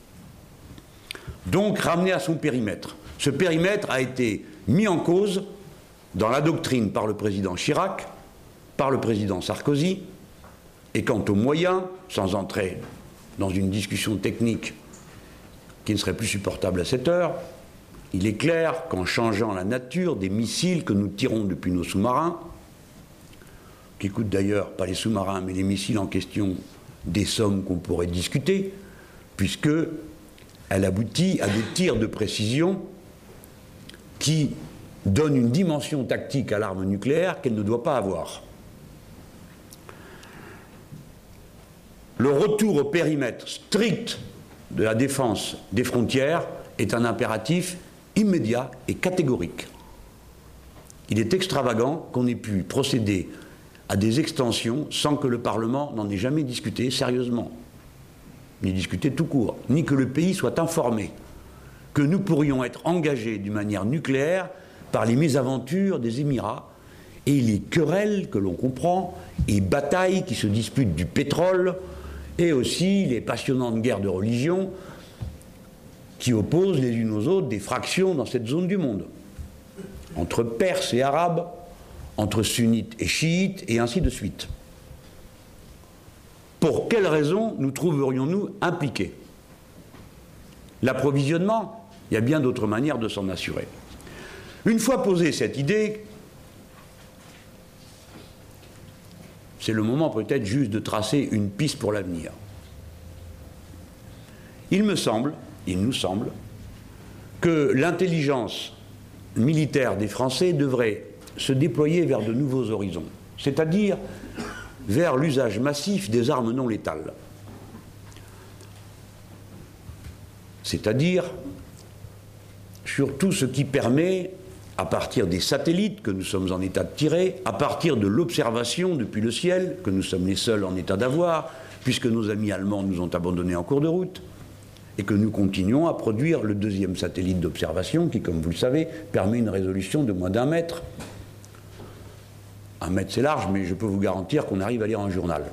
Donc, ramené à son périmètre. Ce périmètre a été mis en cause dans la doctrine par le président Chirac, par le président Sarkozy, et quant aux moyens, sans entrer dans une discussion technique qui ne serait plus supportable à cette heure, il est clair qu'en changeant la nature des missiles que nous tirons depuis nos sous-marins, qui coûtent d'ailleurs, pas les sous-marins, mais les missiles en question, des sommes qu'on pourrait discuter, puisqu'elle aboutit à des tirs de précision qui donne une dimension tactique à l'arme nucléaire qu'elle ne doit pas avoir. Le retour au périmètre strict de la défense des frontières est un impératif immédiat et catégorique. Il est extravagant qu'on ait pu procéder à des extensions sans que le Parlement n'en ait jamais discuté sérieusement, ni discuté tout court, ni que le pays soit informé que nous pourrions être engagés d'une manière nucléaire par les mésaventures des Émirats et les querelles que l'on comprend et batailles qui se disputent du pétrole et aussi les passionnantes guerres de religion qui opposent les unes aux autres des fractions dans cette zone du monde, entre Perses et Arabes, entre sunnites et chiites, et ainsi de suite. Pour quelles raisons nous trouverions-nous impliqués? L'approvisionnement, il y a bien d'autres manières de s'en assurer. Une fois posée cette idée, c'est le moment peut-être juste de tracer une piste pour l'avenir. Il nous semble, que l'intelligence militaire des Français devrait se déployer vers de nouveaux horizons, c'est-à-dire vers l'usage massif des armes non létales. C'est-à-dire sur tout ce qui permet, à partir des satellites que nous sommes en état de tirer, à partir de l'observation depuis le ciel, que nous sommes les seuls en état d'avoir, puisque nos amis allemands nous ont abandonnés en cours de route, et que nous continuons à produire le deuxième satellite d'observation qui, comme vous le savez, permet une résolution de moins d'1 mètre. 1 mètre c'est large, mais je peux vous garantir qu'on arrive à lire un journal.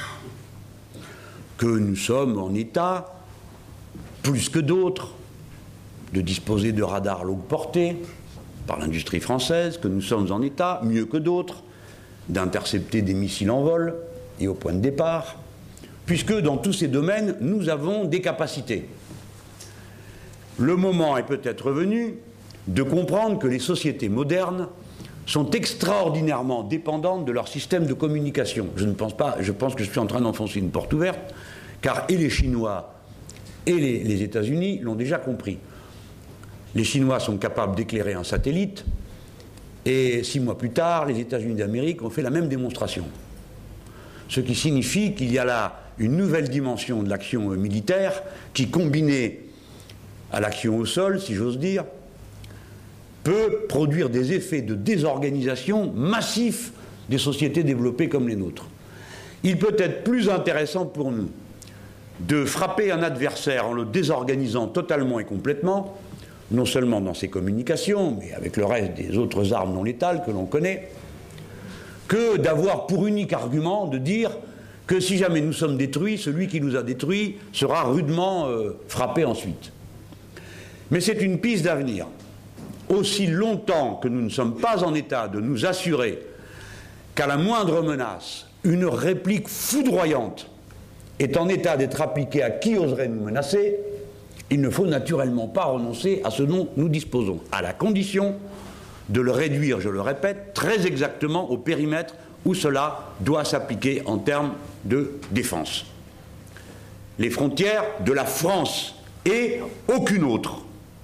Que nous sommes en état, plus que d'autres, de disposer de radars longue portée par l'industrie française, que nous sommes en état, mieux que d'autres, d'intercepter des missiles en vol et au point de départ, puisque dans tous ces domaines, nous avons des capacités. Le moment est peut-être venu de comprendre que les sociétés modernes sont extraordinairement dépendantes de leur système de communication. Je pense que je suis en train d'enfoncer une porte ouverte, car et les Chinois et les États-Unis l'ont déjà compris. Les Chinois sont capables d'éclairer un satellite, et 6 mois plus tard, les États-Unis d'Amérique ont fait la même démonstration. Ce qui signifie qu'il y a là une nouvelle dimension de l'action militaire qui, combinée à l'action au sol, si j'ose dire, peut produire des effets de désorganisation massifs des sociétés développées comme les nôtres. Il peut être plus intéressant pour nous de frapper un adversaire en le désorganisant totalement et complètement, non seulement dans ses communications, mais avec le reste des autres armes non létales que l'on connaît, que d'avoir pour unique argument de dire que si jamais nous sommes détruits, celui qui nous a détruits sera rudement frappé ensuite. Mais c'est une piste d'avenir. Aussi longtemps que nous ne sommes pas en état de nous assurer qu'à la moindre menace, une réplique foudroyante est en état d'être appliquée à qui oserait nous menacer, il ne faut naturellement pas renoncer à ce dont nous disposons, à la condition de le réduire, je le répète, très exactement au périmètre où cela doit s'appliquer en termes de défense. Les frontières de la France et aucune autre.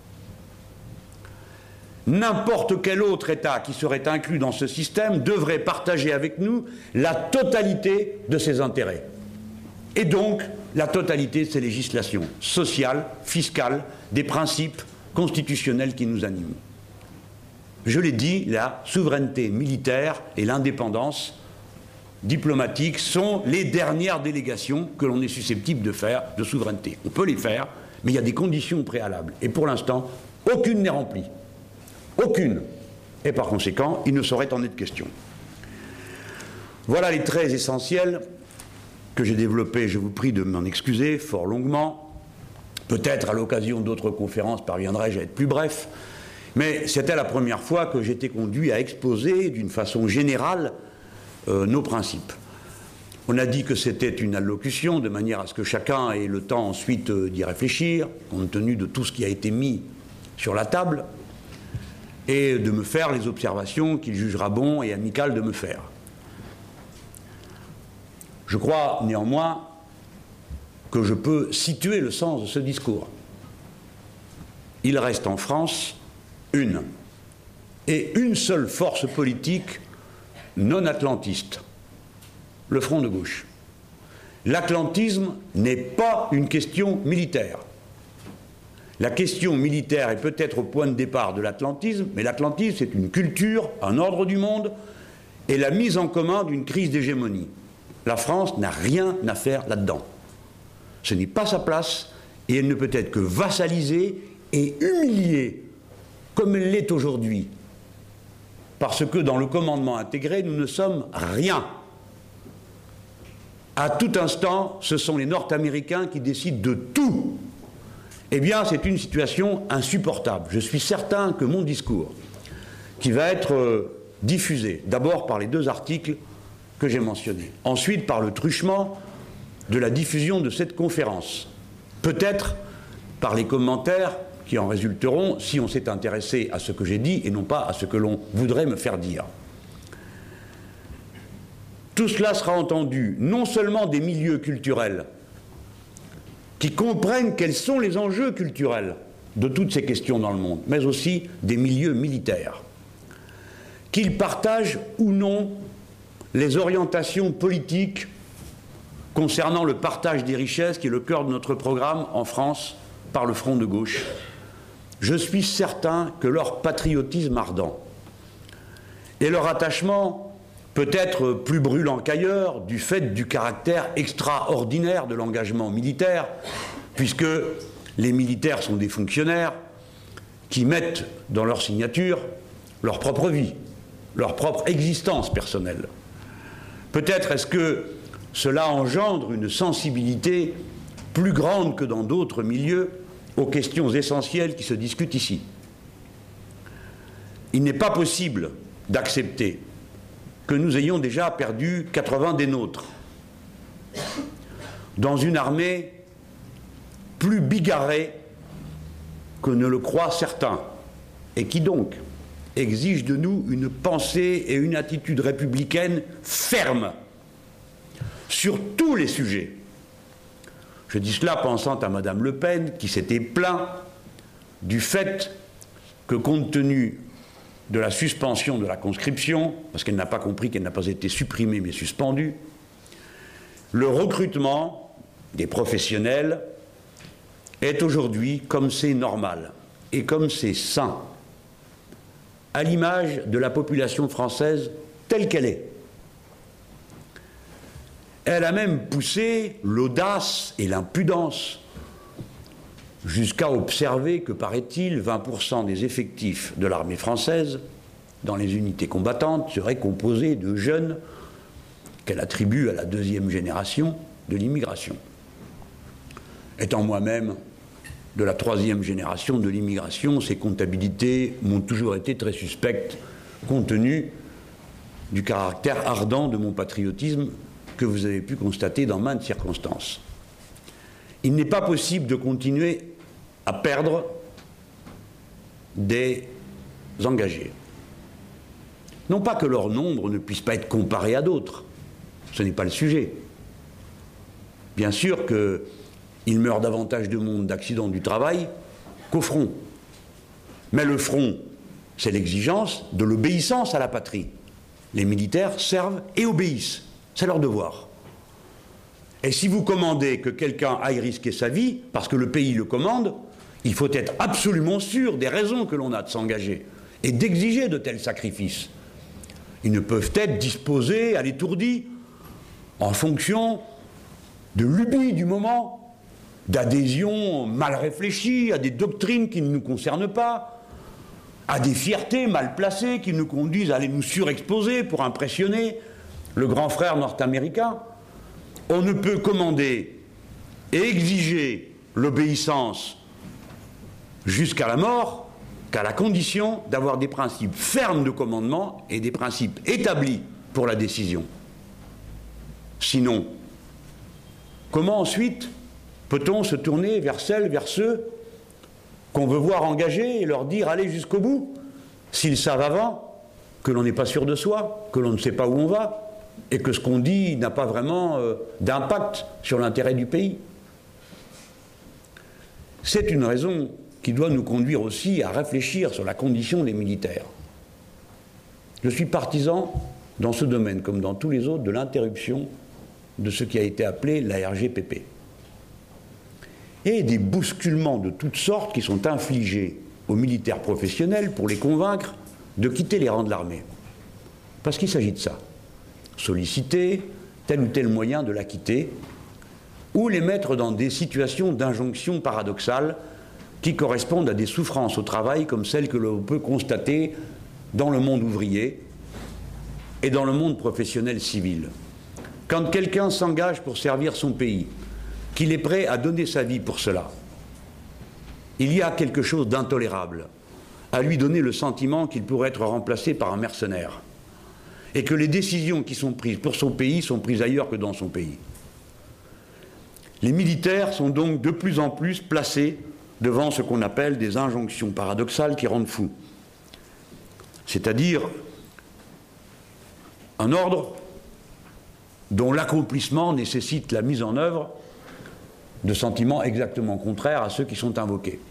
N'importe quel autre État qui serait inclus dans ce système devrait partager avec nous la totalité de ses intérêts. Et donc, la totalité de ses législations sociales, fiscales, des principes constitutionnels qui nous animent. Je l'ai dit, la souveraineté militaire et l'indépendance diplomatique sont les dernières délégations que l'on est susceptible de faire de souveraineté. On peut les faire, mais il y a des conditions préalables. Et pour l'instant, aucune n'est remplie. Aucune. Et par conséquent, il ne saurait en être question. Voilà les traits essentiels que j'ai développés, je vous prie de m'en excuser, fort longuement. Peut-être à l'occasion d'autres conférences parviendrai-je à être plus bref. Mais c'était la première fois que j'étais conduit à exposer d'une façon générale nos principes. On a dit que c'était une allocution, de manière à ce que chacun ait le temps ensuite d'y réfléchir, compte tenu de tout ce qui a été mis sur la table, et de me faire les observations qu'il jugera bon et amical de me faire. Je crois néanmoins que je peux situer le sens de ce discours. Il reste en France une seule force politique non atlantiste, le Front de gauche. L'atlantisme n'est pas une question militaire. La question militaire est peut-être au point de départ de l'atlantisme, mais l'atlantisme, c'est une culture, un ordre du monde et la mise en commun d'une crise d'hégémonie. La France n'a rien à faire là-dedans. Ce n'est pas sa place et elle ne peut être que vassalisée et humiliée comme elle l'est aujourd'hui. Parce que dans le commandement intégré, nous ne sommes rien. À tout instant, ce sont les Nord-Américains qui décident de tout. Eh bien, c'est une situation insupportable. Je suis certain que mon discours, qui va être diffusée, d'abord par les 2 articles que j'ai mentionnés, ensuite par le truchement de la diffusion de cette conférence, peut-être par les commentaires qui en résulteront si on s'est intéressé à ce que j'ai dit et non pas à ce que l'on voudrait me faire dire. Tout cela sera entendu non seulement des milieux culturels qui comprennent quels sont les enjeux culturels de toutes ces questions dans le monde, mais aussi des milieux militaires, qu'ils partagent ou non les orientations politiques concernant le partage des richesses qui est le cœur de notre programme en France par le Front de gauche. Je suis certain que leur patriotisme ardent et leur attachement peut-être plus brûlant qu'ailleurs du fait du caractère extraordinaire de l'engagement militaire, puisque les militaires sont des fonctionnaires qui mettent dans leur signature leur propre vie, leur propre existence personnelle. Peut-être est-ce que cela engendre une sensibilité plus grande que dans d'autres milieux aux questions essentielles qui se discutent ici. Il n'est pas possible d'accepter que nous ayons déjà perdu 80 des nôtres dans une armée plus bigarrée que ne le croient certains, et qui donc exige de nous une pensée et une attitude républicaine ferme sur tous les sujets. Je dis cela pensant à Madame Le Pen, qui s'était plaint du fait que, compte tenu de la suspension de la conscription, parce qu'elle n'a pas compris qu'elle n'a pas été supprimée mais suspendue, le recrutement des professionnels est aujourd'hui, comme c'est normal et comme c'est sain, à l'image de la population française telle qu'elle est. Elle a même poussé l'audace et l'impudence jusqu'à observer que, paraît-il, 20% des effectifs de l'armée française dans les unités combattantes seraient composés de jeunes qu'elle attribue à la 2e génération de l'immigration. Étant moi-même de la 3e génération de l'immigration, ces comptabilités m'ont toujours été très suspectes, compte tenu du caractère ardent de mon patriotisme que vous avez pu constater dans maintes circonstances. Il n'est pas possible de continuer à perdre des engagés. Non pas que leur nombre ne puisse pas être comparé à d'autres, ce n'est pas le sujet. Bien sûr qu'il meurt davantage de monde d'accidents du travail qu'au front. Mais le front, c'est l'exigence de l'obéissance à la patrie. Les militaires servent et obéissent. C'est leur devoir. Et si vous commandez que quelqu'un aille risquer sa vie, parce que le pays le commande, il faut être absolument sûr des raisons que l'on a de s'engager et d'exiger de tels sacrifices. Ils ne peuvent être disposés à l'étourdi en fonction de lubies du moment, d'adhésions mal réfléchies à des doctrines qui ne nous concernent pas, à des fiertés mal placées qui nous conduisent à aller nous surexposer pour impressionner le grand frère nord-américain. On ne peut commander et exiger l'obéissance jusqu'à la mort qu'à la condition d'avoir des principes fermes de commandement et des principes établis pour la décision. Sinon, comment ensuite peut-on se tourner vers celles, vers ceux qu'on veut voir engagés et leur dire allez jusqu'au bout, s'ils savent avant que l'on n'est pas sûr de soi, que l'on ne sait pas où on va, et que ce qu'on dit n'a pas vraiment d'impact sur l'intérêt du pays. C'est une raison qui doit nous conduire aussi à réfléchir sur la condition des militaires. Je suis partisan, dans ce domaine comme dans tous les autres, de l'interruption de ce qui a été appelé la RGPP. Et des bousculements de toutes sortes qui sont infligés aux militaires professionnels pour les convaincre de quitter les rangs de l'armée. Parce qu'il s'agit de ça. Solliciter tel ou tel moyen de la quitter, ou les mettre dans des situations d'injonction paradoxale qui correspondent à des souffrances au travail comme celles que l'on peut constater dans le monde ouvrier et dans le monde professionnel civil. Quand quelqu'un s'engage pour servir son pays, qu'il est prêt à donner sa vie pour cela, il y a quelque chose d'intolérable à lui donner le sentiment qu'il pourrait être remplacé par un mercenaire. et que les décisions qui sont prises pour son pays sont prises ailleurs que dans son pays. Les militaires sont donc de plus en plus placés devant ce qu'on appelle des injonctions paradoxales qui rendent fou. C'est-à-dire un ordre dont l'accomplissement nécessite la mise en œuvre de sentiments exactement contraires à ceux qui sont invoqués.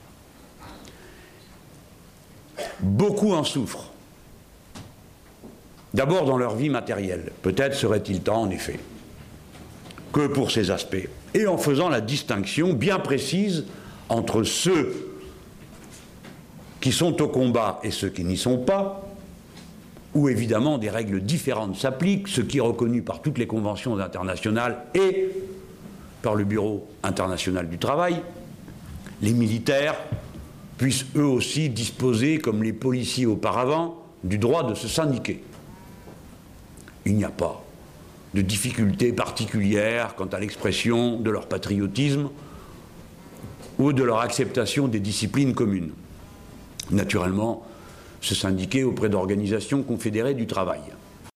Beaucoup en souffrent. D'abord dans leur vie matérielle. Peut-être serait-il temps, en effet, que pour ces aspects, et en faisant la distinction bien précise entre ceux qui sont au combat et ceux qui n'y sont pas, où évidemment des règles différentes s'appliquent, ce qui est reconnu par toutes les conventions internationales et par le Bureau international du travail, les militaires puissent eux aussi disposer, comme les policiers auparavant, du droit de se syndiquer. Il n'y a pas de difficultés particulières quant à l'expression de leur patriotisme ou de leur acceptation des disciplines communes. Naturellement, se syndiquer auprès d'organisations confédérées du travail.